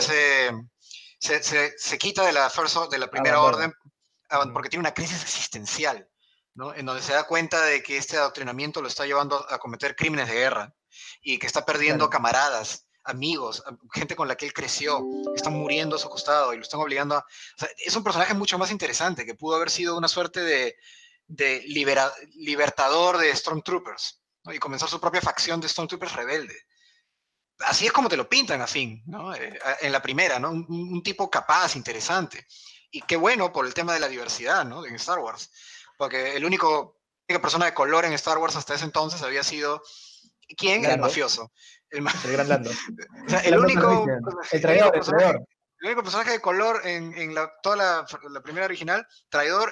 se quita de de la primera Abandona. orden porque tiene una crisis existencial, ¿no? En donde se da cuenta de que este adoctrinamiento lo está llevando a cometer crímenes de guerra y que está perdiendo Claro. camaradas, amigos, gente con la que él creció, que están muriendo a su costado y lo están obligando a... O sea, es un personaje mucho más interesante, que pudo haber sido una suerte de libertador de Stormtroopers, ¿no? Y comenzar su propia facción de Stormtroopers rebelde. Así es como te lo pintan a Finn, ¿no? En la primera, ¿no? Un tipo capaz, interesante. Y qué bueno por el tema de la diversidad, ¿no? En Star Wars. Porque la única persona de color en Star Wars hasta ese entonces había sido, ¿quién? El Lando, mafioso. el gran Lando. O sea, Lando Calrissian, el traidor, el traidor. el único personaje de color en toda la primera original, traidor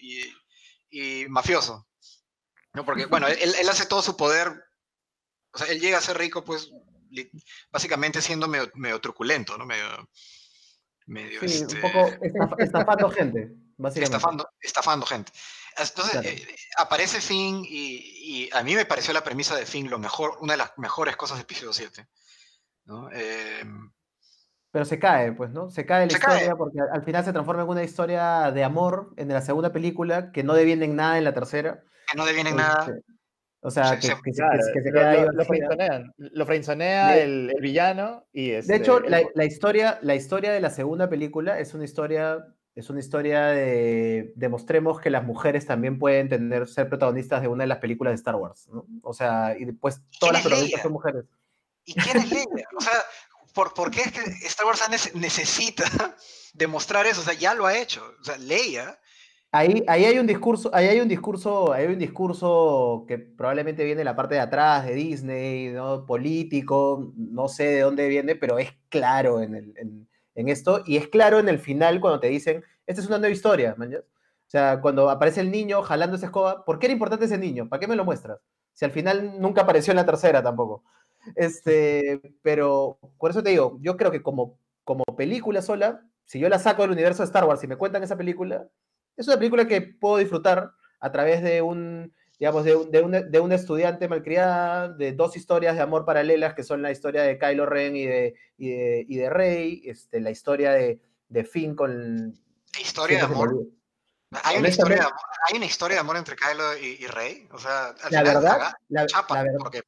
y mafioso, ¿no? Porque, bueno, él hace todo su poder, o sea, él llega a ser rico, pues, básicamente siendo medio truculento, ¿no? Medio Sí, un poco estafando gente, básicamente. estafando gente. Entonces, Claro. aparece Finn y a mí me pareció la premisa de Finn una de las mejores cosas de episodio 7, ¿no? Pero se cae, pues, ¿no? Se cae la Se cae, historia porque al final se transforma en una historia de amor en la segunda película que no deviene en nada en la tercera. que no deviene en nada. Este, o sea, Se, se, Claro, que se queda ahí lo vacía. frenzonean. Lo frenzonea De, el villano y de hecho, el, la historia de la segunda película es una historia de demostremos que las mujeres también pueden ser protagonistas de una de las películas de Star Wars, ¿no? O sea, y después todas ¿quién las es protagonistas son Leia? mujeres. ¿Y quién es Leia? O sea, ¿por qué es que Star Wars necesita demostrar eso? O sea, ya lo ha hecho. O sea, Leia, Ahí hay un discurso, hay un discurso que probablemente viene de la parte de atrás de Disney, ¿no? Político, no sé de dónde viene, pero es claro en esto, y es claro en el final cuando te dicen, esta es una nueva historia, ¿man? O sea, cuando aparece el niño jalando esa escoba, ¿por qué era importante ese niño? ¿Para qué me lo muestras? Si al final nunca apareció en la tercera tampoco. Pero por eso te digo, yo creo que como película sola, si yo la saco del universo de Star Wars y me cuentan esa película, es una película que puedo disfrutar a través de digamos, de una estudiante malcriada, de dos historias de amor paralelas, que son la historia de Kylo Ren y de Rey, la historia de Finn con... historia de Siempre se me amor. olvida. Hay Honestamente, una historia de amor entre Kylo y Rey. O sea, al la final verdad, chapan, la verdad, porque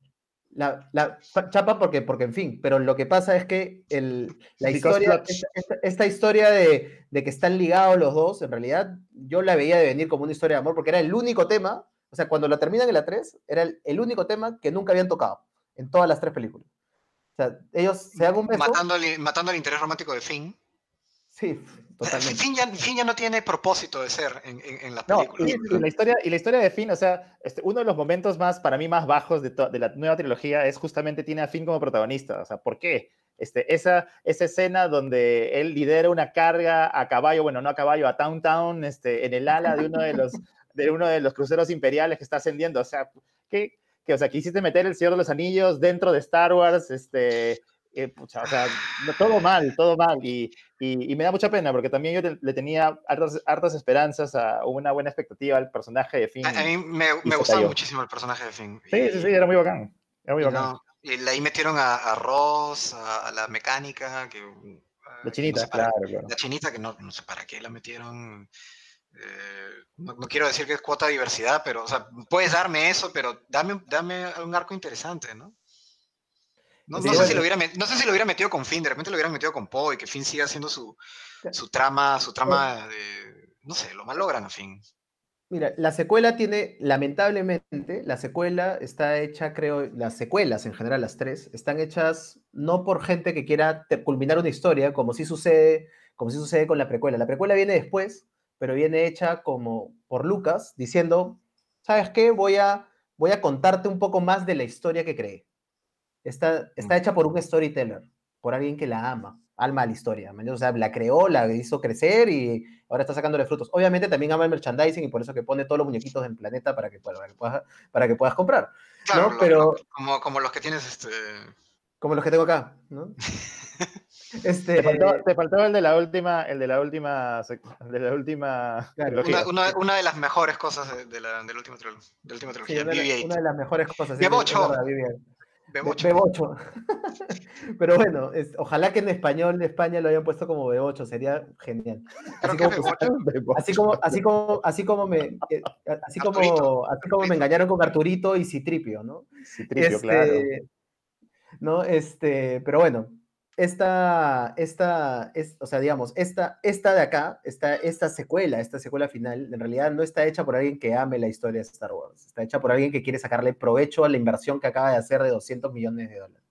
chapa porque, en fin, pero lo que pasa es que la because historia, clutch. esta historia de que están ligados los dos, en realidad yo la veía de venir como una historia de amor porque era el único tema, o sea, cuando la terminan en la 3 era el único tema que nunca habían tocado en todas las tres películas. O sea, ellos se dan un beso, matando el interés romántico de Finn. sí, O sea, totalmente. Finn ya no tiene propósito de ser en las No, películas. Sí, la historia de Finn, o sea, uno de los momentos más, para mí, más bajos de la nueva trilogía es justamente tiene a Finn como protagonista. O sea, ¿por qué? Esa escena donde él lidera una carga a caballo, bueno, no a caballo, a Town Town, en el ala de uno de los cruceros imperiales que está ascendiendo. O sea, o sea, quisiste meter el Señor de los Anillos dentro de Star Wars, pucha, o sea, todo mal, todo mal. Y me da mucha pena porque también yo le tenía hartas esperanzas a una buena expectativa al personaje de Finn A mí y me se gustaba cayó. muchísimo el personaje de Finn. Sí, sí, sí, era muy bacán. Era muy Y bacán. no, y ahí metieron a Ross, a la mecánica, La que no chinita, sé para claro, claro. la chinita, que no sé para qué la metieron. No quiero decir que es cuota de diversidad, pero, o sea, puedes darme eso, pero dame un arco interesante, ¿no? No Sí, sé si bueno, no sé si lo hubiera metido con Finn, de repente lo hubieran metido con Poe y que Finn siga haciendo su trama de, no sé, lo malogran a Finn. mira, la secuela tiene, lamentablemente, la secuela está hecha, creo, las secuelas en general, las tres, están hechas no por gente que quiera culminar una historia, como sí sucede con la precuela. La precuela viene después, pero viene hecha como por Lucas, diciendo, ¿sabes qué? Voy a contarte un poco más de la historia que creé. está hecha por un storyteller, por alguien que la alma a la historia, ¿me entiendes? O sea, la creó, la hizo crecer y ahora está sacándole frutos. Obviamente también ama el merchandising y por eso que pone todos los muñequitos del planeta para que puedas comprar, Claro, ¿no? Pero como los que tienes como los que tengo acá, ¿no? Te faltó el de la última Claro, trilogía. una de las mejores cosas de la última sí, trilogía, una de BB-8. las mejores cosas, es Bebocho, verdad, Vivian. Bebocho. B8. Pero bueno, ojalá que en español de España lo hayan puesto como B8, sería genial. Creo Así que es como, Bebocho. así como me engañaron con Arturito y Citripio, ¿no? Citripio, claro. ¿No? Pero bueno, o sea, digamos, esta de acá, esta secuela final, en realidad no está hecha por alguien que ame la historia de Star Wars, está hecha por alguien que quiere sacarle provecho a la inversión que acaba de hacer de $200 millones.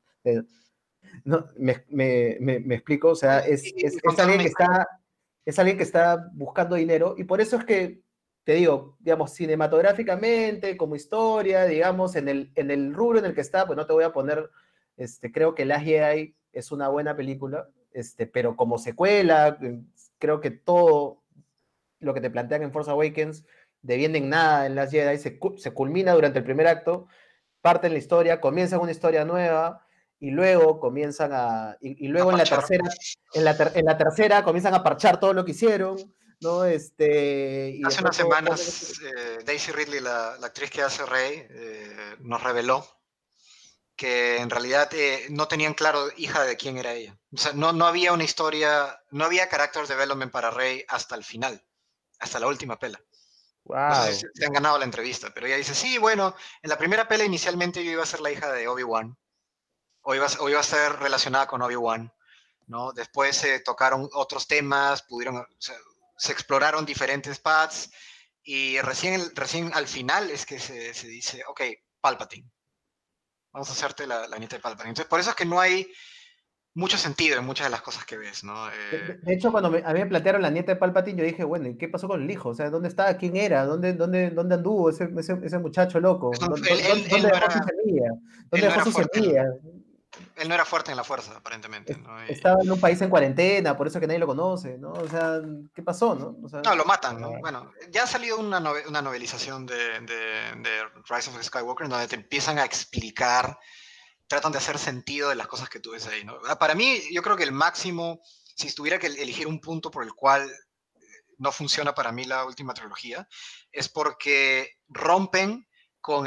No, me explico, o sea, Y contar una historia. es alguien que está buscando dinero y por eso es que, te digo, digamos, cinematográficamente, como historia, digamos, en el rubro en el que está, pues no te voy a poner, creo que Last Jedi es una buena película, pero como secuela, creo que todo lo que te plantean en Force Awakens deviene en nada en Last Jedi, se culmina durante el primer acto, parten la historia, comienzan una historia nueva y luego comienzan y A luego parchar. en la tercera comienzan a parchar todo lo que hicieron, ¿no? Y de Hace unas pronto semanas, Daisy Ridley, la actriz que hace Rey, nos reveló que en realidad no tenían claro hija de quién era ella. O sea, no había una historia, no había character development para Rey hasta el final, hasta la última pela. No sé si Wow. se han ganado la entrevista, pero ella dice, sí, bueno, en la primera pela inicialmente yo iba a ser la hija de Obi-Wan, o iba a ser relacionada con Obi-Wan, ¿no? Después se tocaron otros temas, o sea, se exploraron diferentes paths, y recién al final es que se dice, ok, Palpatine, vamos a hacerte la nieta de Palpatine. Entonces, por eso es que no hay mucho sentido en muchas de las cosas que ves, ¿no? de hecho, cuando a mí me plantearon la nieta de Palpatine, yo dije, bueno, ¿y qué pasó con el hijo? O sea, ¿dónde está? ¿Quién era? ¿Dónde anduvo ese muchacho loco? ¿Dónde dejó su semilla? Él ¿Dónde no dejó era su fuerte semilla? él no era fuerte en la fuerza, aparentemente, ¿no? Estaba en un país en cuarentena, por eso que nadie lo conoce, ¿no? O sea, ¿qué pasó, no? O sea, No, lo matan, ¿no? Ah, Bueno, ya ha salido una novelización de Rise of Skywalker donde te empiezan a explicar, tratan de hacer sentido de las cosas que tú ves ahí, ¿no? Para mí, yo creo que el máximo, si tuviera que elegir un punto por el cual no funciona para mí la última trilogía, es porque rompen con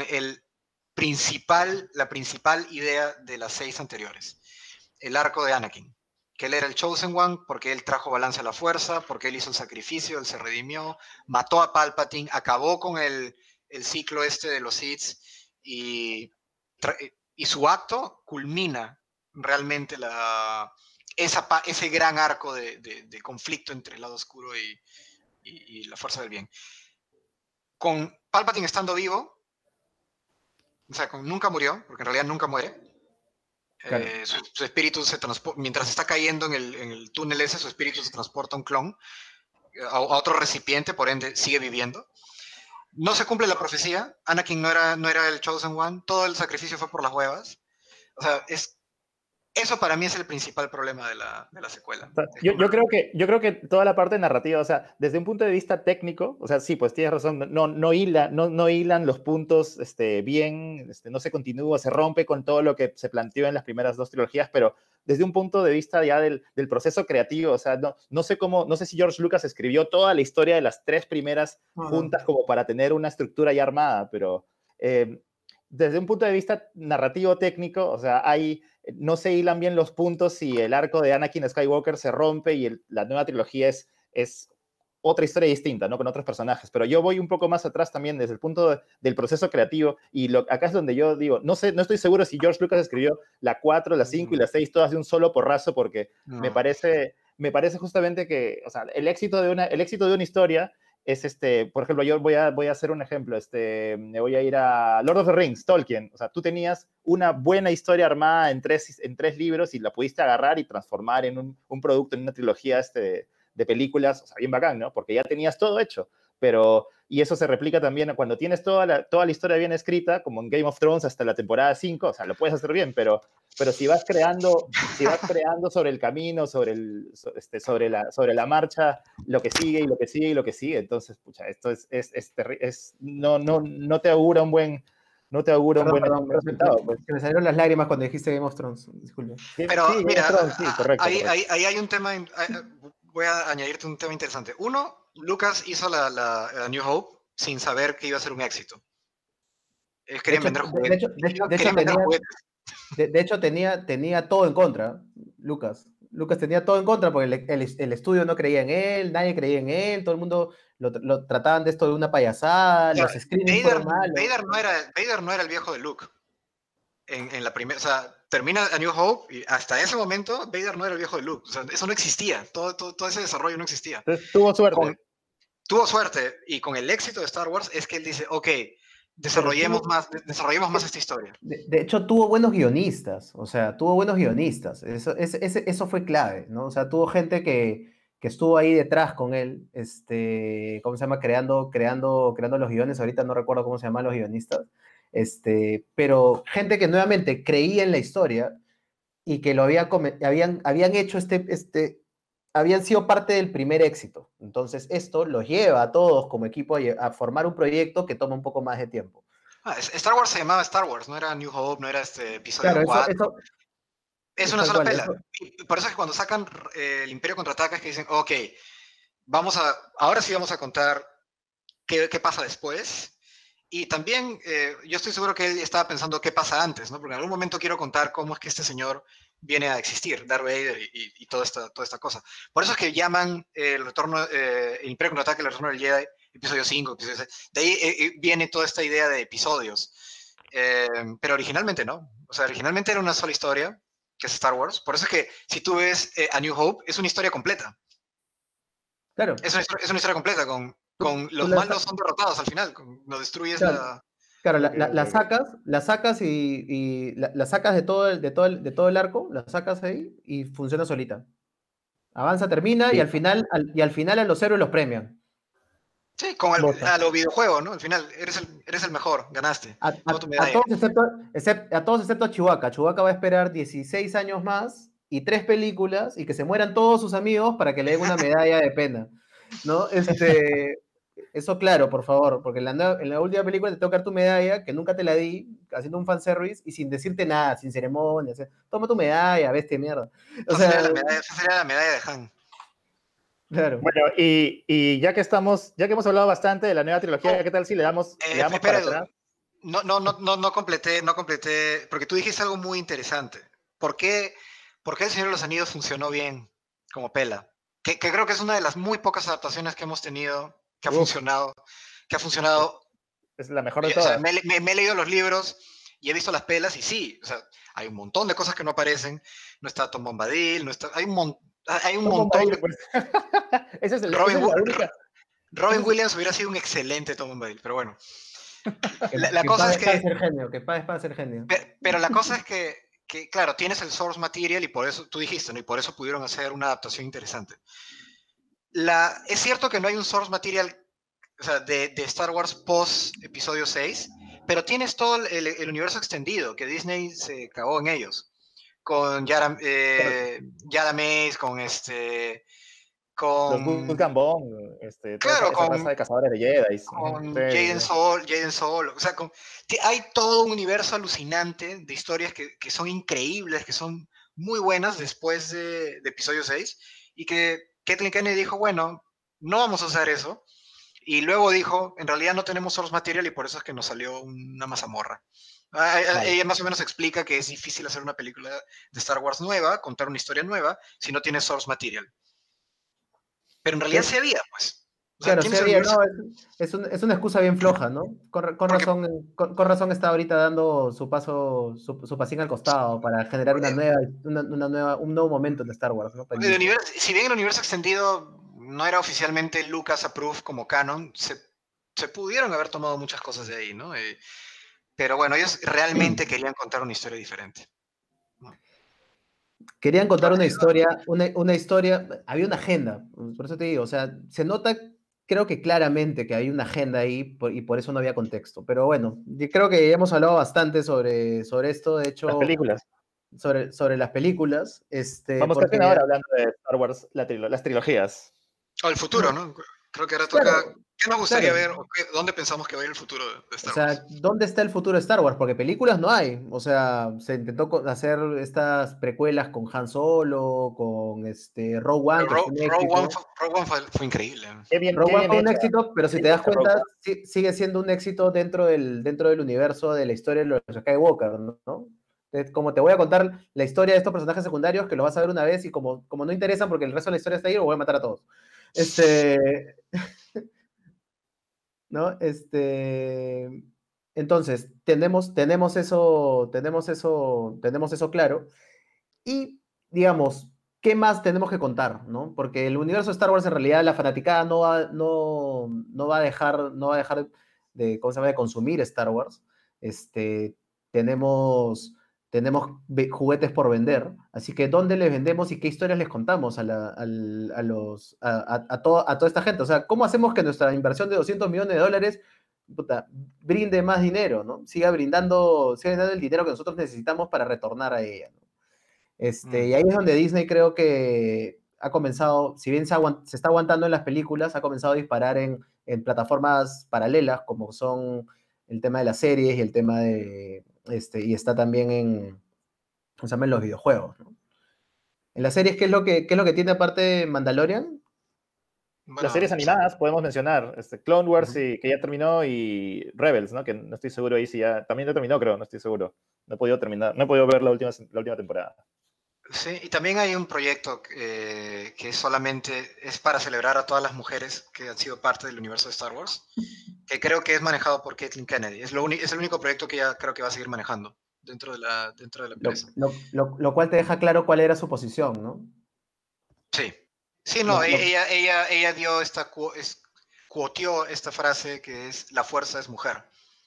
la principal idea de las 6 anteriores, el arco de Anakin, que él era el Chosen One porque él trajo balance a la fuerza, porque él hizo el sacrificio, él se redimió, mató a Palpatine, acabó con el ciclo este de los Sith y, y su acto culmina realmente ese gran arco de conflicto entre el lado oscuro y la fuerza del bien. Con Palpatine estando vivo, o sea, nunca murió, porque en realidad nunca muere. claro. Su espíritu se transporta, mientras está cayendo en el túnel ese, su espíritu se transporta a un clon, a otro recipiente, por ende sigue viviendo. No se cumple la profecía, Anakin no era el Chosen One, todo el sacrificio fue por las huevas. O sea, eso para mí es el principal problema de la secuela. o sea, yo creo que toda la parte narrativa, o sea, desde un punto de vista técnico, o sea, sí, pues tienes razón, no hilan los puntos bien, no se continúa, se rompe con todo lo que se planteó en las primeras dos trilogías, pero desde un punto de vista ya del proceso creativo, o sea, no sé si George Lucas escribió toda la historia de las tres primeras juntas como para tener una estructura ya armada, pero desde un punto de vista narrativo técnico, o sea, no se hilan bien los puntos si el arco de Anakin Skywalker se rompe y la nueva trilogía es otra historia distinta, ¿no? Con otros personajes. Pero yo voy un poco más atrás también desde el punto del proceso creativo y acá es donde yo digo, no estoy seguro si George Lucas escribió la 4, la 5 y la 6 todas de un solo porrazo porque me parece justamente que, o sea, el éxito de una historia es por ejemplo, yo voy a hacer un ejemplo, me voy a ir a Lord of the Rings, Tolkien, o sea, tú tenías una buena historia armada en tres libros y la pudiste agarrar y transformar en un producto, en una trilogía de películas, o sea, bien bacán, ¿no? Porque ya tenías todo hecho. Y eso se replica también cuando tienes toda la historia bien escrita, como en Game of Thrones hasta la temporada 5, o sea, lo puedes hacer bien, pero si vas creando sobre el camino, sobre la marcha, lo que sigue y lo que sigue y lo que sigue, entonces, pucha, esto no te augura un buen Perdón, resultado. Pues. me salieron las lágrimas cuando dijiste Game of Thrones, disculpe. Pero Sí, mira, sí, correcto. ahí hay un tema, voy a añadirte un tema interesante. Uno, Lucas hizo la New Hope sin saber que iba a ser un éxito. Ellos querían vender juguetes. De hecho, tenía todo en contra, Lucas. Lucas tenía todo en contra porque el estudio no creía en él, nadie creía en él, todo el mundo lo trataban de esto de una payasada, O sea, los screenings fueron malos. Vader no era el viejo de Luke. En la primera, o sea, termina A New Hope y hasta ese momento Vader no era el viejo de Luke. O sea, eso no existía. Todo ese desarrollo no existía. Entonces, tuvo suerte. Tuvo suerte y con el éxito de Star Wars es que él dice, ok, desarrollemos más esta historia. De hecho, tuvo buenos guionistas, o sea, tuvo buenos guionistas. Eso fue clave, ¿no? O sea, tuvo gente que estuvo ahí detrás con él, ¿cómo se llama? Creando los guiones. Ahorita no recuerdo cómo se llaman los guionistas. Pero gente que nuevamente creía en la historia y que habían hecho habían sido parte del primer éxito. Entonces, esto los lleva a todos como equipo a formar un proyecto que toma un poco más de tiempo. Star Wars se llamaba Star Wars, no era New Hope, no era episodio 4. Es una sola pela. Por eso es que cuando sacan el Imperio Contraataca es que dicen, ok, ahora sí vamos a contar qué pasa después. Y también yo estoy seguro que él estaba pensando qué pasa antes, ¿no? Porque en algún momento quiero contar cómo es que este señor viene a existir, Darth Vader y toda esta cosa. Por eso es que llaman el Imperio Contraataca, el retorno del Jedi, episodio 5, episodio 6. De ahí viene toda esta idea de episodios. Pero originalmente no. O sea, originalmente era una sola historia, que es Star Wars. Por eso es que si tú ves A New Hope, es una historia completa. Claro. Es una historia completa con los malos son derrotados al final, no destruyes claro. Claro, la sacas y la sacas de todo el arco, la sacas ahí y funciona solita. Avanza, termina sí. y al final a los héroes los premian. Sí, a los videojuegos, ¿no? Al final eres el mejor, ganaste. A todos excepto a Chewbacca. Chewbacca va a esperar 16 años más y 3 películas y que se mueran todos sus amigos para que le den una medalla de pena, ¿no? Eso claro, por favor, porque en la última película te toca tu medalla, que nunca te la di, haciendo un fanservice y sin decirte nada, sin ceremonia. Toma tu medalla, bestia mierda. Esa sería la medalla de Han. Claro. Bueno, y ya que hemos hablado bastante de la nueva trilogía, ¿qué tal si le damos para atrás? No completé, porque tú dijiste algo muy interesante. ¿Por qué El Señor de los Anillos funcionó bien como pela? Que creo que es una de las muy pocas adaptaciones que hemos tenido que ha funcionado. Es la mejor de todas. O sea, me he leído los libros y he visto las pelas y sí, o sea, hay un montón de cosas que no aparecen. No está Tom Bombadil, hay un montón de... Pues. Ese es Robin Williams hubiera sido un excelente Tom Bombadil, pero bueno. La cosa es que para ser genio. Pero la cosa es que, claro, tienes el source material y por eso, tú dijiste, ¿no? Y por eso pudieron hacer una adaptación interesante. Es cierto que no hay un source material, o sea, de Star Wars post episodio 6, pero tienes todo el universo extendido, que Disney se cagó en ellos. Con Yara Mace, con los Gus Gambon, claro, esa raza de cazadores de Jedi. Con Jaden Sol, o sea, hay todo un universo alucinante de historias que son increíbles, que son muy buenas después de episodio 6, y que Kathleen Kennedy dijo, bueno, no vamos a usar eso, y luego dijo, en realidad no tenemos source material y por eso es que nos salió una mazamorra. Ella más o menos explica que es difícil hacer una película de Star Wars nueva, contar una historia nueva, si no tienes source material. Pero en realidad sí había, pues. O sea, claro, sí había, no, es una excusa bien floja, ¿no? Con razón está ahorita dando su pasín al costado para generar un nuevo momento de Star Wars, ¿no? Si bien el universo extendido no era oficialmente Lucas approved como canon, se pudieron haber tomado muchas cosas de ahí, ¿no? Pero bueno, ellos realmente querían contar una historia diferente. Querían contar una historia, había una agenda, por eso te digo, o sea, se nota creo que claramente que hay una agenda ahí y por eso no había contexto. Pero bueno, yo creo que ya hemos hablado bastante sobre esto, de Las hecho, películas. sobre las películas, Vamos casi una porque, hora hablando de Star Wars, las trilogías. O el futuro, no, ¿no? Creo que ahora toca. claro, ¿Qué nos gustaría claro. ver o dónde pensamos que va a ir el futuro de O Star Wars? sea, ¿dónde está el futuro de Star Wars? Porque películas no hay. O sea, se intentó hacer estas precuelas con Han Solo, con Rogue One, Pero que fue un éxito. Rogue One fue increíble. Qué Rogue One bien fue un hecha. éxito, pero si Bien te das hecha Rogue cuenta, One. sigue siendo un éxito dentro del universo de la historia de los Skywalker, ¿no? Como te voy a contar la historia de estos personajes secundarios, que los vas a ver una vez y como no interesan porque el resto de la historia está ahí, los voy a matar a todos. ¿No? Entonces, tenemos eso claro. Y, digamos, ¿qué más tenemos que contar, no? Porque el universo de Star Wars, en realidad, la fanaticada no va a dejar de, ¿cómo se llama?, de consumir Star Wars. Este, tenemos juguetes por vender, así que ¿dónde les vendemos y qué historias les contamos a toda esta gente? O sea, ¿cómo hacemos que nuestra inversión de $200 millones, puta, brinde más dinero, ¿no? Siga brindando el dinero que nosotros necesitamos para retornar a ella, ¿no? Y ahí es donde Disney creo que ha comenzado, si bien se está aguantando en las películas, ha comenzado a disparar en plataformas paralelas, como son el tema de las series y el tema y está también ¿cómo se llama?, en los videojuegos, ¿no? En las series, ¿qué es lo que tiene aparte Mandalorian? Las Bueno, series animadas podemos mencionar Clone Wars, Ujú. que ya terminó, y Rebels, ¿no? Que no estoy seguro ahí si ya. También ya terminó, creo, no estoy seguro. No he podido terminar, no he podido ver la última temporada. sí, y también hay un proyecto que solamente es para celebrar a todas las mujeres que han sido parte del universo de Star Wars, que creo que es manejado por Kathleen Kennedy. Es el único proyecto que ella creo que va a seguir manejando dentro de la Lo, empresa. lo cual te deja claro cuál era su posición, ¿no? Sí, sí, no, Lo, lo- ella dio cuoteó esta frase que es la fuerza es mujer,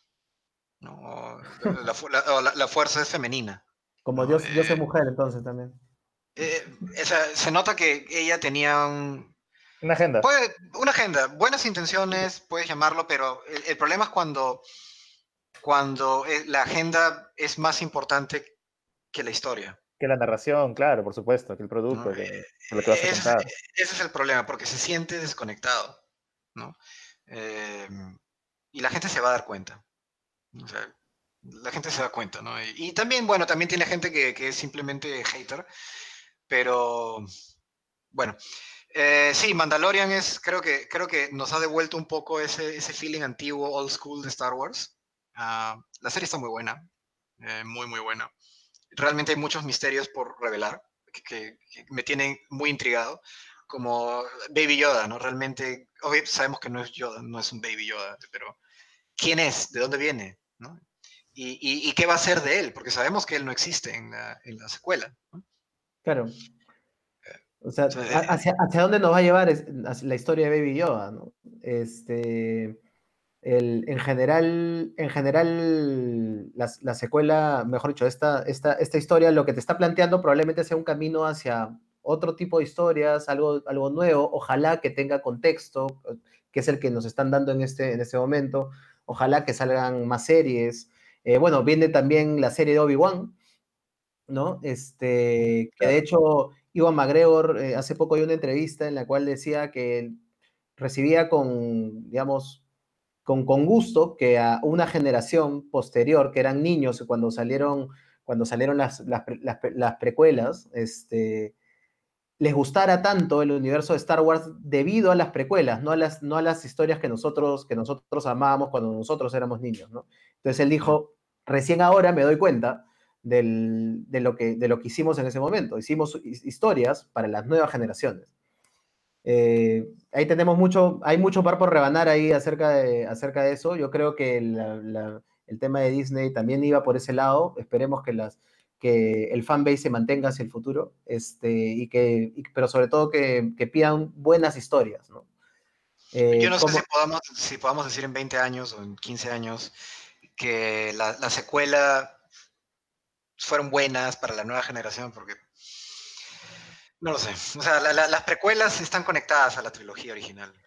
¿no? La fuerza es femenina, como ¿no? Dios es mujer, entonces también. Se nota que ella tenía Una agenda. una agenda, buenas intenciones, puedes llamarlo, pero el problema es cuando la agenda es más importante que la historia, Que la narración, claro, por supuesto, que el ¿no? producto, que lo que vas a Ese es, contar. ese es el problema, porque se siente desconectado, ¿no? Eh, y la gente se va a dar cuenta. O sea, la gente se da cuenta, ¿no? Y también, bueno, también tiene gente que es simplemente hater, pero bueno. Sí, Mandalorian creo que nos ha devuelto un poco ese feeling antiguo, old school de Star Wars. La serie está muy buena, muy, muy buena. Realmente hay muchos misterios por revelar que me tienen muy intrigado, como Baby Yoda, ¿no? Realmente, obvio, sabemos que no es Yoda, no es un Baby Yoda, pero ¿quién es? ¿De dónde viene? ¿No? Y qué va a ser de él, porque sabemos que él no existe en la secuela, ¿no? Claro. O sea, Entonces, ¿hacia dónde nos va a llevar hacia la historia de Baby Yoda, ¿no? En general, la secuela, mejor dicho, esta historia, lo que te está planteando probablemente sea un camino hacia otro tipo de historias, algo nuevo, ojalá que tenga contexto, que es el que nos están dando en este momento, ojalá que salgan más series. Bueno, viene también la serie de Obi-Wan, ¿no? Que de Claro. hecho, Iwan McGregor, hace poco hay una entrevista en la cual decía que recibía digamos, con gusto que a una generación posterior, que eran niños cuando salieron las precuelas, les gustara tanto el universo de Star Wars debido a las precuelas, no a las historias que nosotros amábamos cuando nosotros éramos niños, ¿no? Entonces él dijo, recién ahora me doy cuenta de lo que hicimos en ese momento. Hicimos historias para las nuevas generaciones. Ahí hay mucho par por rebanar ahí acerca de eso. Yo creo que el tema de Disney también iba por ese lado. Esperemos que el fanbase se mantenga hacia el futuro, pero sobre todo que pidan buenas historias, ¿no? yo no sé si Como, podamos decir en 20 años o en 15 años que la secuela fueron buenas para la nueva generación, porque no lo sé. O sea, las precuelas están conectadas a la trilogía original.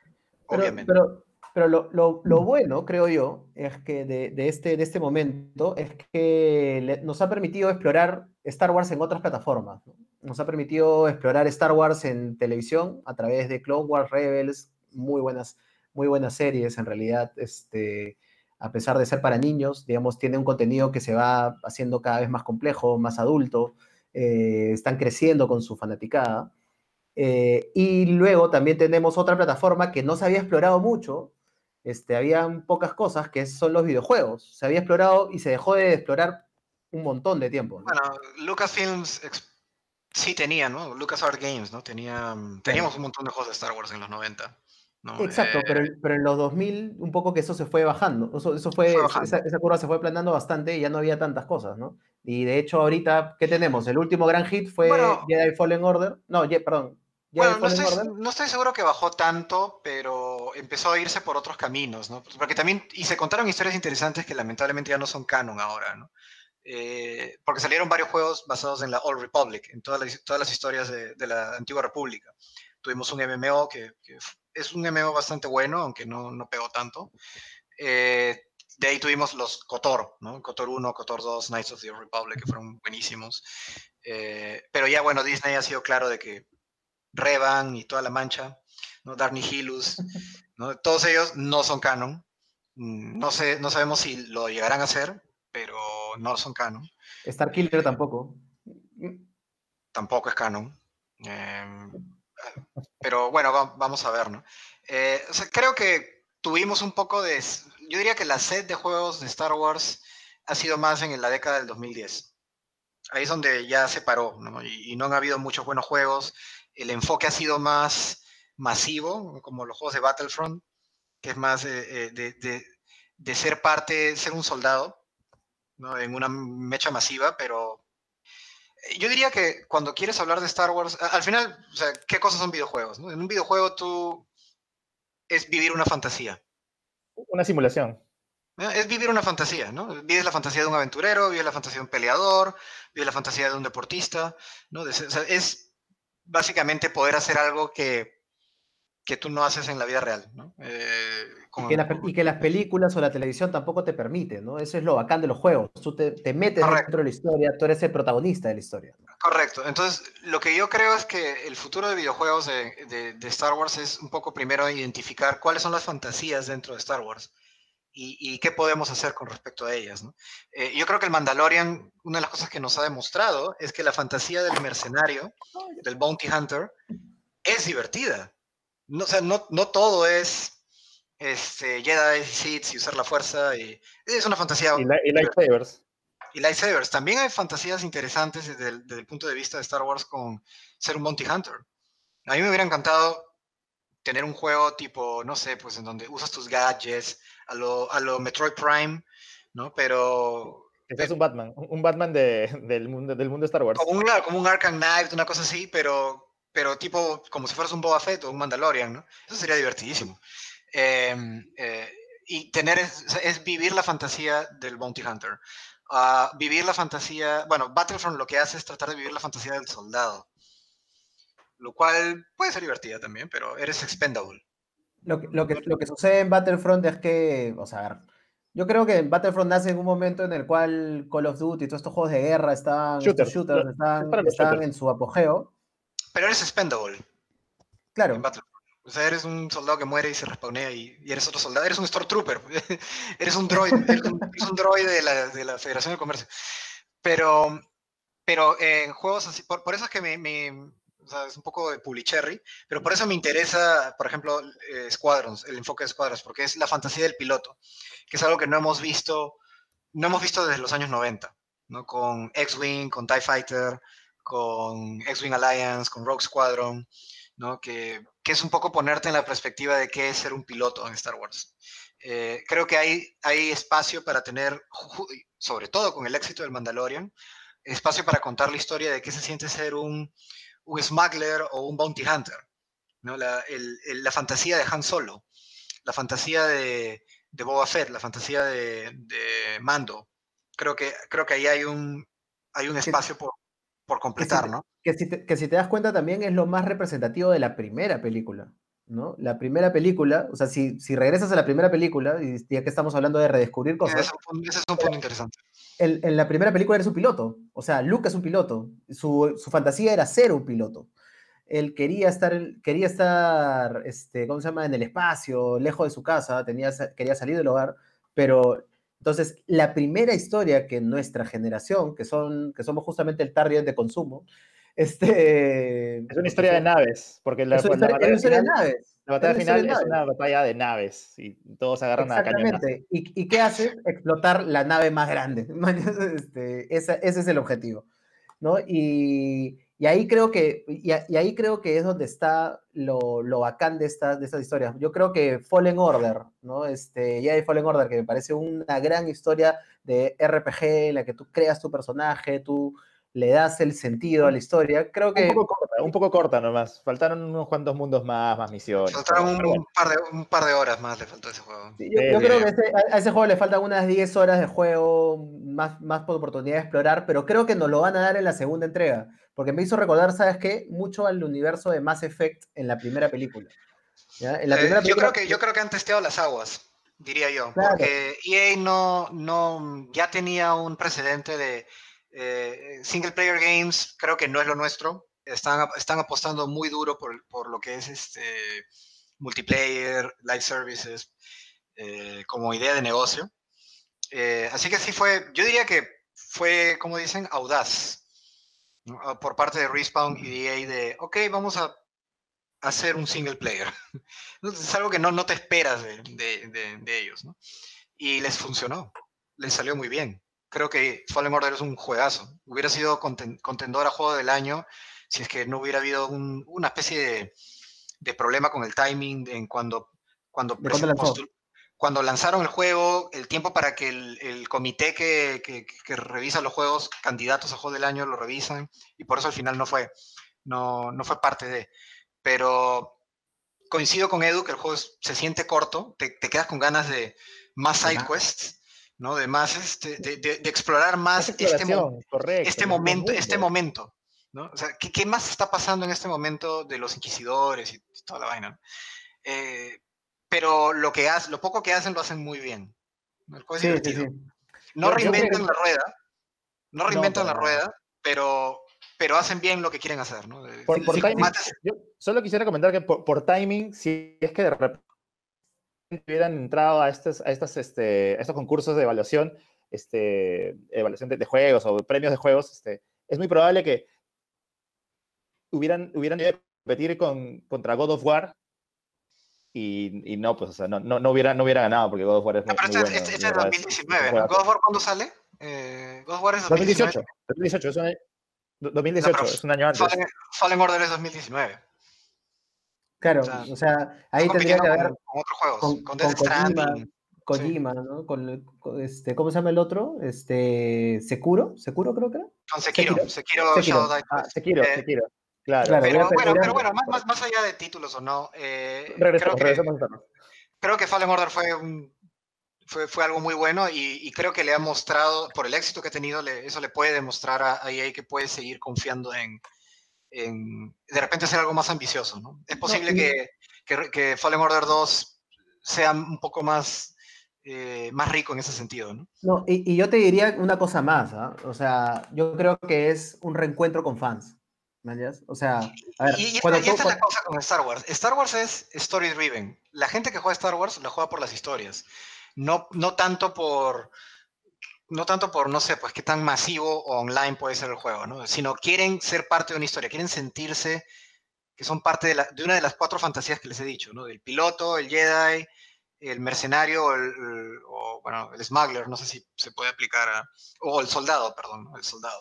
Pero, obviamente. pero, pero lo bueno, creo yo, es que de este momento es que nos ha permitido explorar Star Wars en otras plataformas, ¿no? Nos ha permitido explorar Star Wars en televisión a través de Clone Wars, Rebels, muy buenas series en realidad, a pesar de ser para niños, digamos, tiene un contenido que se va haciendo cada vez más complejo, más adulto, están creciendo con su fanaticada. Y luego también tenemos otra plataforma que no se había explorado mucho, habían pocas cosas, que son los videojuegos. Se había explorado y se dejó de explorar un montón de tiempo, ¿no? Bueno, Lucasfilms sí tenía, ¿no? LucasArts Games, ¿no? Claro. Teníamos un montón de juegos de Star Wars en los 90, ¿no? Exacto, pero en los 2000 un poco que eso se fue bajando, Fue bajando. esa curva se fue aplanando bastante y ya no había tantas cosas, ¿no? Y de hecho ahorita, ¿qué tenemos? El último gran hit fue Bueno, Jedi Fallen Order, no, perdón, Jedi bueno, Fallen Order. no estoy seguro que bajó tanto, pero empezó a irse por otros caminos, ¿no? Porque también, y se contaron historias interesantes que lamentablemente ya no son canon ahora, ¿no? Porque salieron varios juegos basados en la Old Republic, en todas las historias de la Antigua República. Tuvimos un MMO que es un MMO bastante bueno, aunque no pegó tanto. Eh, de ahí tuvimos los KOTOR, ¿no? KOTOR 1, KOTOR 2, Knights of the Old Republic, que fueron buenísimos. Pero ya, bueno, Disney ha sido claro de que Revan y toda la mancha, ¿no? Dark Nihilus, ¿no? Todos ellos no son canon. No sabemos si lo llegarán a hacer, pero no son canon. Starkiller tampoco. Tampoco es canon. Pero bueno, vamos a ver, ¿no? O sea, creo que tuvimos un poco de... Yo diría que la set de juegos de Star Wars ha sido más en la década del 2010. Ahí es donde ya se paró, ¿no? Y no han habido muchos buenos juegos. El enfoque ha sido más masivo, como los juegos de Battlefront, que es más de ser parte, ser un soldado, ¿no? En una mecha masiva, pero yo diría que cuando quieres hablar de Star Wars, al final, o sea, ¿qué cosas son videojuegos? ¿No? En un videojuego tú es vivir una fantasía. Una simulación. ¿No? Es vivir una fantasía, ¿no? Vives la fantasía de un aventurero, vives la fantasía de un peleador, vives la fantasía de un deportista, ¿no? O sea, es básicamente poder hacer algo que tú no haces en la vida real, ¿no? Y que las películas o la televisión tampoco te permiten, ¿no? Eso es lo bacán de los juegos. Tú te metes dentro Correcto, de la historia, tú eres el protagonista de la historia, ¿no? correcto. Entonces, lo que yo creo es que el futuro de videojuegos de Star Wars es un poco primero identificar cuáles son las fantasías dentro de Star Wars y qué podemos hacer con respecto a ellas, ¿no? Yo creo que el Mandalorian, una de las cosas que nos ha demostrado es que la fantasía del mercenario, del bounty hunter, es divertida. No, o sea, no todo es Jedi y Sith y usar la fuerza. Es una fantasía Y divertida. lightsabers. Y lightsabers. También hay fantasías interesantes desde el punto de vista de Star Wars con ser un bounty hunter. A mí me hubiera encantado tener un juego tipo, no sé, pues en donde usas tus gadgets, a lo Metroid Prime, ¿no? Este es un Batman del mundo de Star Wars. Como un Arkham Knight, una cosa así, pero tipo como si fueras un Boba Fett o un Mandalorian, ¿no? Eso sería divertidísimo. Eh, eh, y es vivir la fantasía del Bounty Hunter. Vivir la fantasía, bueno, Battlefront lo que hace es tratar de vivir la fantasía del soldado, lo cual puede ser divertida también, pero eres expendable. Lo que sucede en Battlefront es que, o sea, a ver, yo creo que Battlefront nace en un momento en el cual Call of Duty y todos estos juegos de guerra estos Shooters. shooters Es para los están shooters. en su apogeo. Pero eres expendable en Claro, Battlefront. O sea, eres un soldado que muere y se respawnea y eres otro soldado. Eres un Stormtrooper. Eres un droid. Eres un droid de la Federación de Comercio. Pero, pero en juegos así, por eso es que o sea, es un poco de pulicherry, pero por eso me interesa, por ejemplo, Squadrons, el enfoque de Squadrons, porque es la fantasía del piloto, que es algo que no hemos visto desde los años 90, ¿no? Con X-Wing, con TIE Fighter, con X-Wing Alliance, con Rogue Squadron, ¿no? Que es un poco ponerte en la perspectiva de qué es ser un piloto en Star Wars. Creo que hay espacio para tener, sobre todo con el éxito del Mandalorian, espacio para contar la historia de qué se siente ser un smuggler o un bounty hunter, ¿no? La fantasía de Han Solo, la fantasía de Boba Fett, la fantasía de Mando. Creo que ahí hay un que, espacio por que, si completar, te, ¿no? que si te das cuenta también es lo más representativo de la primera película. ¿no? La primera película, o sea, si regresas a la primera película, y ya que estamos hablando de redescubrir cosas, Ese es un punto interesante. en la primera película eres un piloto, o sea, Luke es un piloto, su fantasía era ser un piloto. Él quería estar, ¿cómo se llama?, en el espacio, lejos de su casa, quería salir del hogar, pero entonces la primera historia que nuestra generación, que somos justamente el target de consumo, Es una historia de naves, porque es una historia, era una historia de naves, la era batalla una historia final de es naves. una batalla de naves y todos se agarran a cañonazos. Exactamente. ¿Y qué haces? Explotar la nave más grande. Ese es el objetivo, ¿no? Y ahí creo y ahí creo que es donde está lo bacán de estas historias. Yo creo que Fallen Order, ¿no? Jedi Fallen Order, que me parece una gran historia de RPG en la que tú creas tu personaje, tú le das el sentido a la historia. Creo que Un poco corta nomás. Faltaron unos cuantos mundos más misiones. Faltaron Pero bueno. un par de horas más le faltó a ese juego. sí, Sí, yo sí. creo que a ese juego le faltan unas 10 horas de juego, más por oportunidad de explorar, pero creo que nos lo van a dar en la segunda entrega, porque me hizo recordar, ¿sabes qué? Mucho al universo de Mass Effect en la primera película. ¿Ya? En la primera película, Yo creo que han testeado las aguas, diría yo, claro, porque EA ya tenía un precedente de single player games, creo que no es lo nuestro. Están apostando muy duro por lo que es multiplayer, live services, como idea de negocio. Así que sí yo diría que fue, como dicen, audaz, ¿no? Por parte de Respawn y de EA de, ok, vamos a hacer un single player. Es algo que no te esperas de ellos, ¿no? Y les funcionó, les salió muy bien. Creo que Fallen Order es un juegazo. Hubiera sido contendor a juego del año si es que no hubiera habido una especie de problema con el timing cuando, ¿de cuándo lanzó? cuando lanzaron el juego, el tiempo para que el comité que revisa los juegos, candidatos a juego del año, lo revisan, y por eso al final no fue parte de. Pero coincido con Edu que el juego se siente corto, te quedas con ganas de más side quests, ¿no? De más, de explorar Más más exploración, correcto. Los este mundos. momento, ¿no? O sea, ¿qué más está pasando en este momento de los inquisidores y toda la vaina? Pero lo poco que hacen lo hacen muy bien. El juego es Sí, sí, sí. divertido. No Yo creo reinventan la rueda, no No, reinventan para la nada. rueda, pero hacen bien lo que quieren hacer, ¿no? Sí, por sí, timing, yo solo quisiera comentar que por timing, si es que de repente hubieran entrado a estos concursos de evaluación, evaluación de juegos o premios de juegos, es muy probable que hubieran ido a competir contra God of War y no, pues, o sea, no hubiera ganado porque God of War es No, muy, pero muy este bueno. es De de verdad, es un 2019, ¿no? ¿God juegazo. of War cuándo sale? God of War es 2019. 2018, No, pero 2018, es un año antes. Fallen Order es 2019. O claro, sea, o sea, estás ahí tendría compitiendo que haber con otros juegos, con Death Kojima, Stranding. Sí. Kojima, ¿no? ¿Cómo se llama el otro? Sekuro creo que era. Con Sekiro, Sekiro Sekiro. Shadow Die Twice. Sekiro, claro. Claro, Pero bueno, más allá de títulos o no, Regresemos a tema. creo que Fallen Order fue algo muy bueno y creo que le ha mostrado, por el éxito que ha tenido, eso le puede demostrar a EA que puede seguir confiando de repente hacer algo más ambicioso, ¿no? Es no, posible que Fallen Order 2 sea un poco más rico en ese sentido, ¿no? no, y yo te diría una cosa más, ¿ah? O sea, yo creo que es un reencuentro con fans. ¿Me entiendes? O sea, a ver, Y esta es la cosa con Star Wars. Star Wars es story driven. La gente que juega Star Wars la juega por las historias. No tanto por, no sé, pues qué tan masivo o online puede ser el juego, ¿no? Sino quieren ser parte de una historia, quieren sentirse que son parte de una de las 4 fantasías que les he dicho, ¿no? Del piloto, el Jedi, el mercenario bueno, el smuggler, no sé si se puede aplicar o el soldado, perdón, ¿no? El soldado.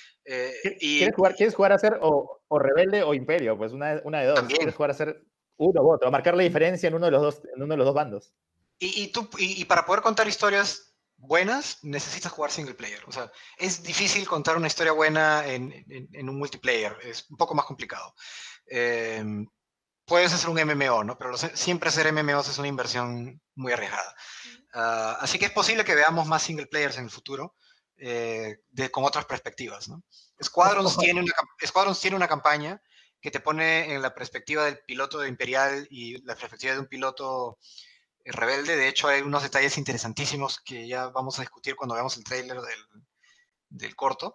Y ¿Quieres jugar a ser o rebelde o imperio? Pues una de dos. también, ¿Quieres jugar a ser uno u otro? A marcar la diferencia en uno de los dos bandos. y para poder contar historias buenas, necesitas jugar single player. O sea, es difícil contar una historia buena en un multiplayer, es un poco más complicado. Eh, Puedes hacer un MMO, ¿no? Pero siempre hacer MMOs es una inversión muy arriesgada. Así que es posible que veamos más single players en el futuro con otras perspectivas, ¿no? Squadrons tiene una campaña que te pone en la perspectiva del piloto de Imperial y la perspectiva de un piloto rebelde. De hecho, hay unos detalles interesantísimos que ya vamos a discutir cuando veamos el tráiler del corto.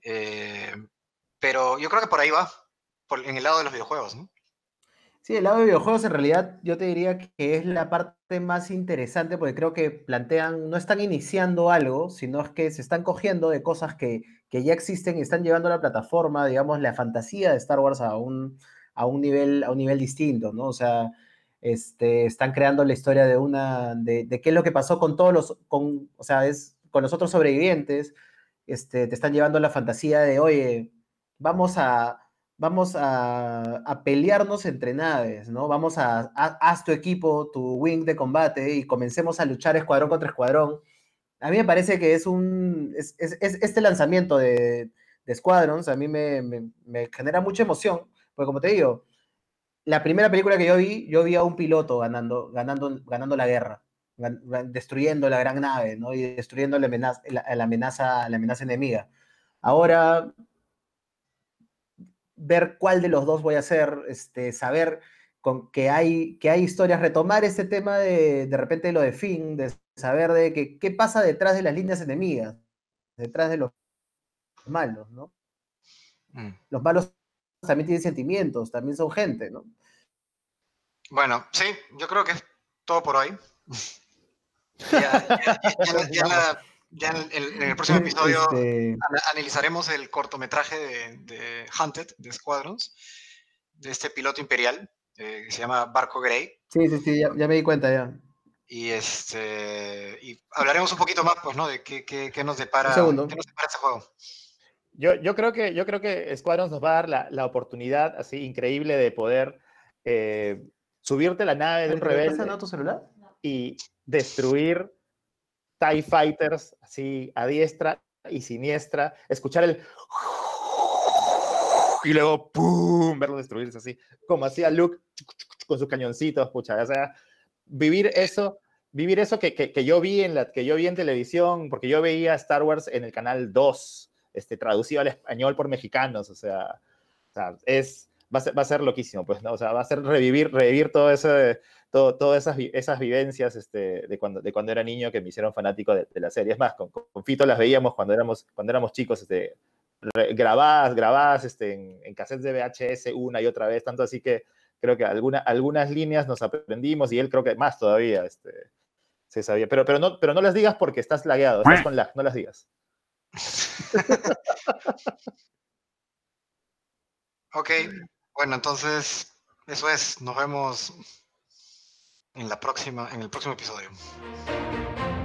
Pero yo creo que por ahí va, en el lado de los videojuegos, ¿no? Sí, el lado de videojuegos en realidad yo te diría que es la parte más interesante porque creo que plantean, no están iniciando algo, sino es que se están cogiendo de cosas que ya existen y están llevando a la plataforma, digamos, la fantasía de Star Wars a un nivel distinto, ¿no? O sea, están creando la historia de qué es lo que pasó con todos o sea, con los otros sobrevivientes, te están llevando la fantasía de, oye, vamos a a pelearnos entre naves, ¿no? Haz tu equipo, tu wing de combate y comencemos a luchar escuadrón contra escuadrón. A mí me parece que este lanzamiento de Squadrons, a mí me genera mucha emoción, porque como te digo, la primera película que yo vi a un piloto ganando la guerra, destruyendo la gran nave, ¿no? Y destruyendo la amenaza enemiga. Ahora ver cuál de los dos voy a hacer, saber que hay historias, retomar ese tema de repente lo de Finn, de saber de qué pasa detrás de las líneas enemigas, detrás de los malos, ¿no? Mm. Los malos también tienen sentimientos, también son gente, ¿no? Bueno, sí, yo creo que es todo por hoy. Ya en el próximo episodio analizaremos el cortometraje de Hunted, de Squadrons, de este piloto imperial, que se llama Barco Grey. Sí, ya me di cuenta ya. Y, y hablaremos un poquito más, pues, ¿no? De qué nos depara este juego. Yo creo que Squadrons nos va a dar la oportunidad así increíble de poder subirte a la nave de un rebelde. ¿Estás en tu celular? Y destruir TIE Fighters así a diestra y siniestra, escuchar el y luego ¡pum! Verlo destruirse así, como hacía Luke con sus cañoncitos, pucha, o sea, vivir eso que yo vi en televisión, porque yo veía Star Wars en el canal 2, traducido al español por mexicanos, o sea va a ser loquísimo, pues, ¿no? O sea, va a ser revivir todo ese, todas esas vivencias de cuando era niño que me hicieron fanático de la serie. Es más, con Fito las veíamos cuando éramos chicos, grabadas en cassettes de VHS una y otra vez, tanto así que creo que algunas líneas nos aprendimos y él creo que más todavía se sabía. Pero no las digas porque estás lagueado, estás con lag, no las digas. Ok, bueno, entonces eso es. Nos vemos en el próximo episodio.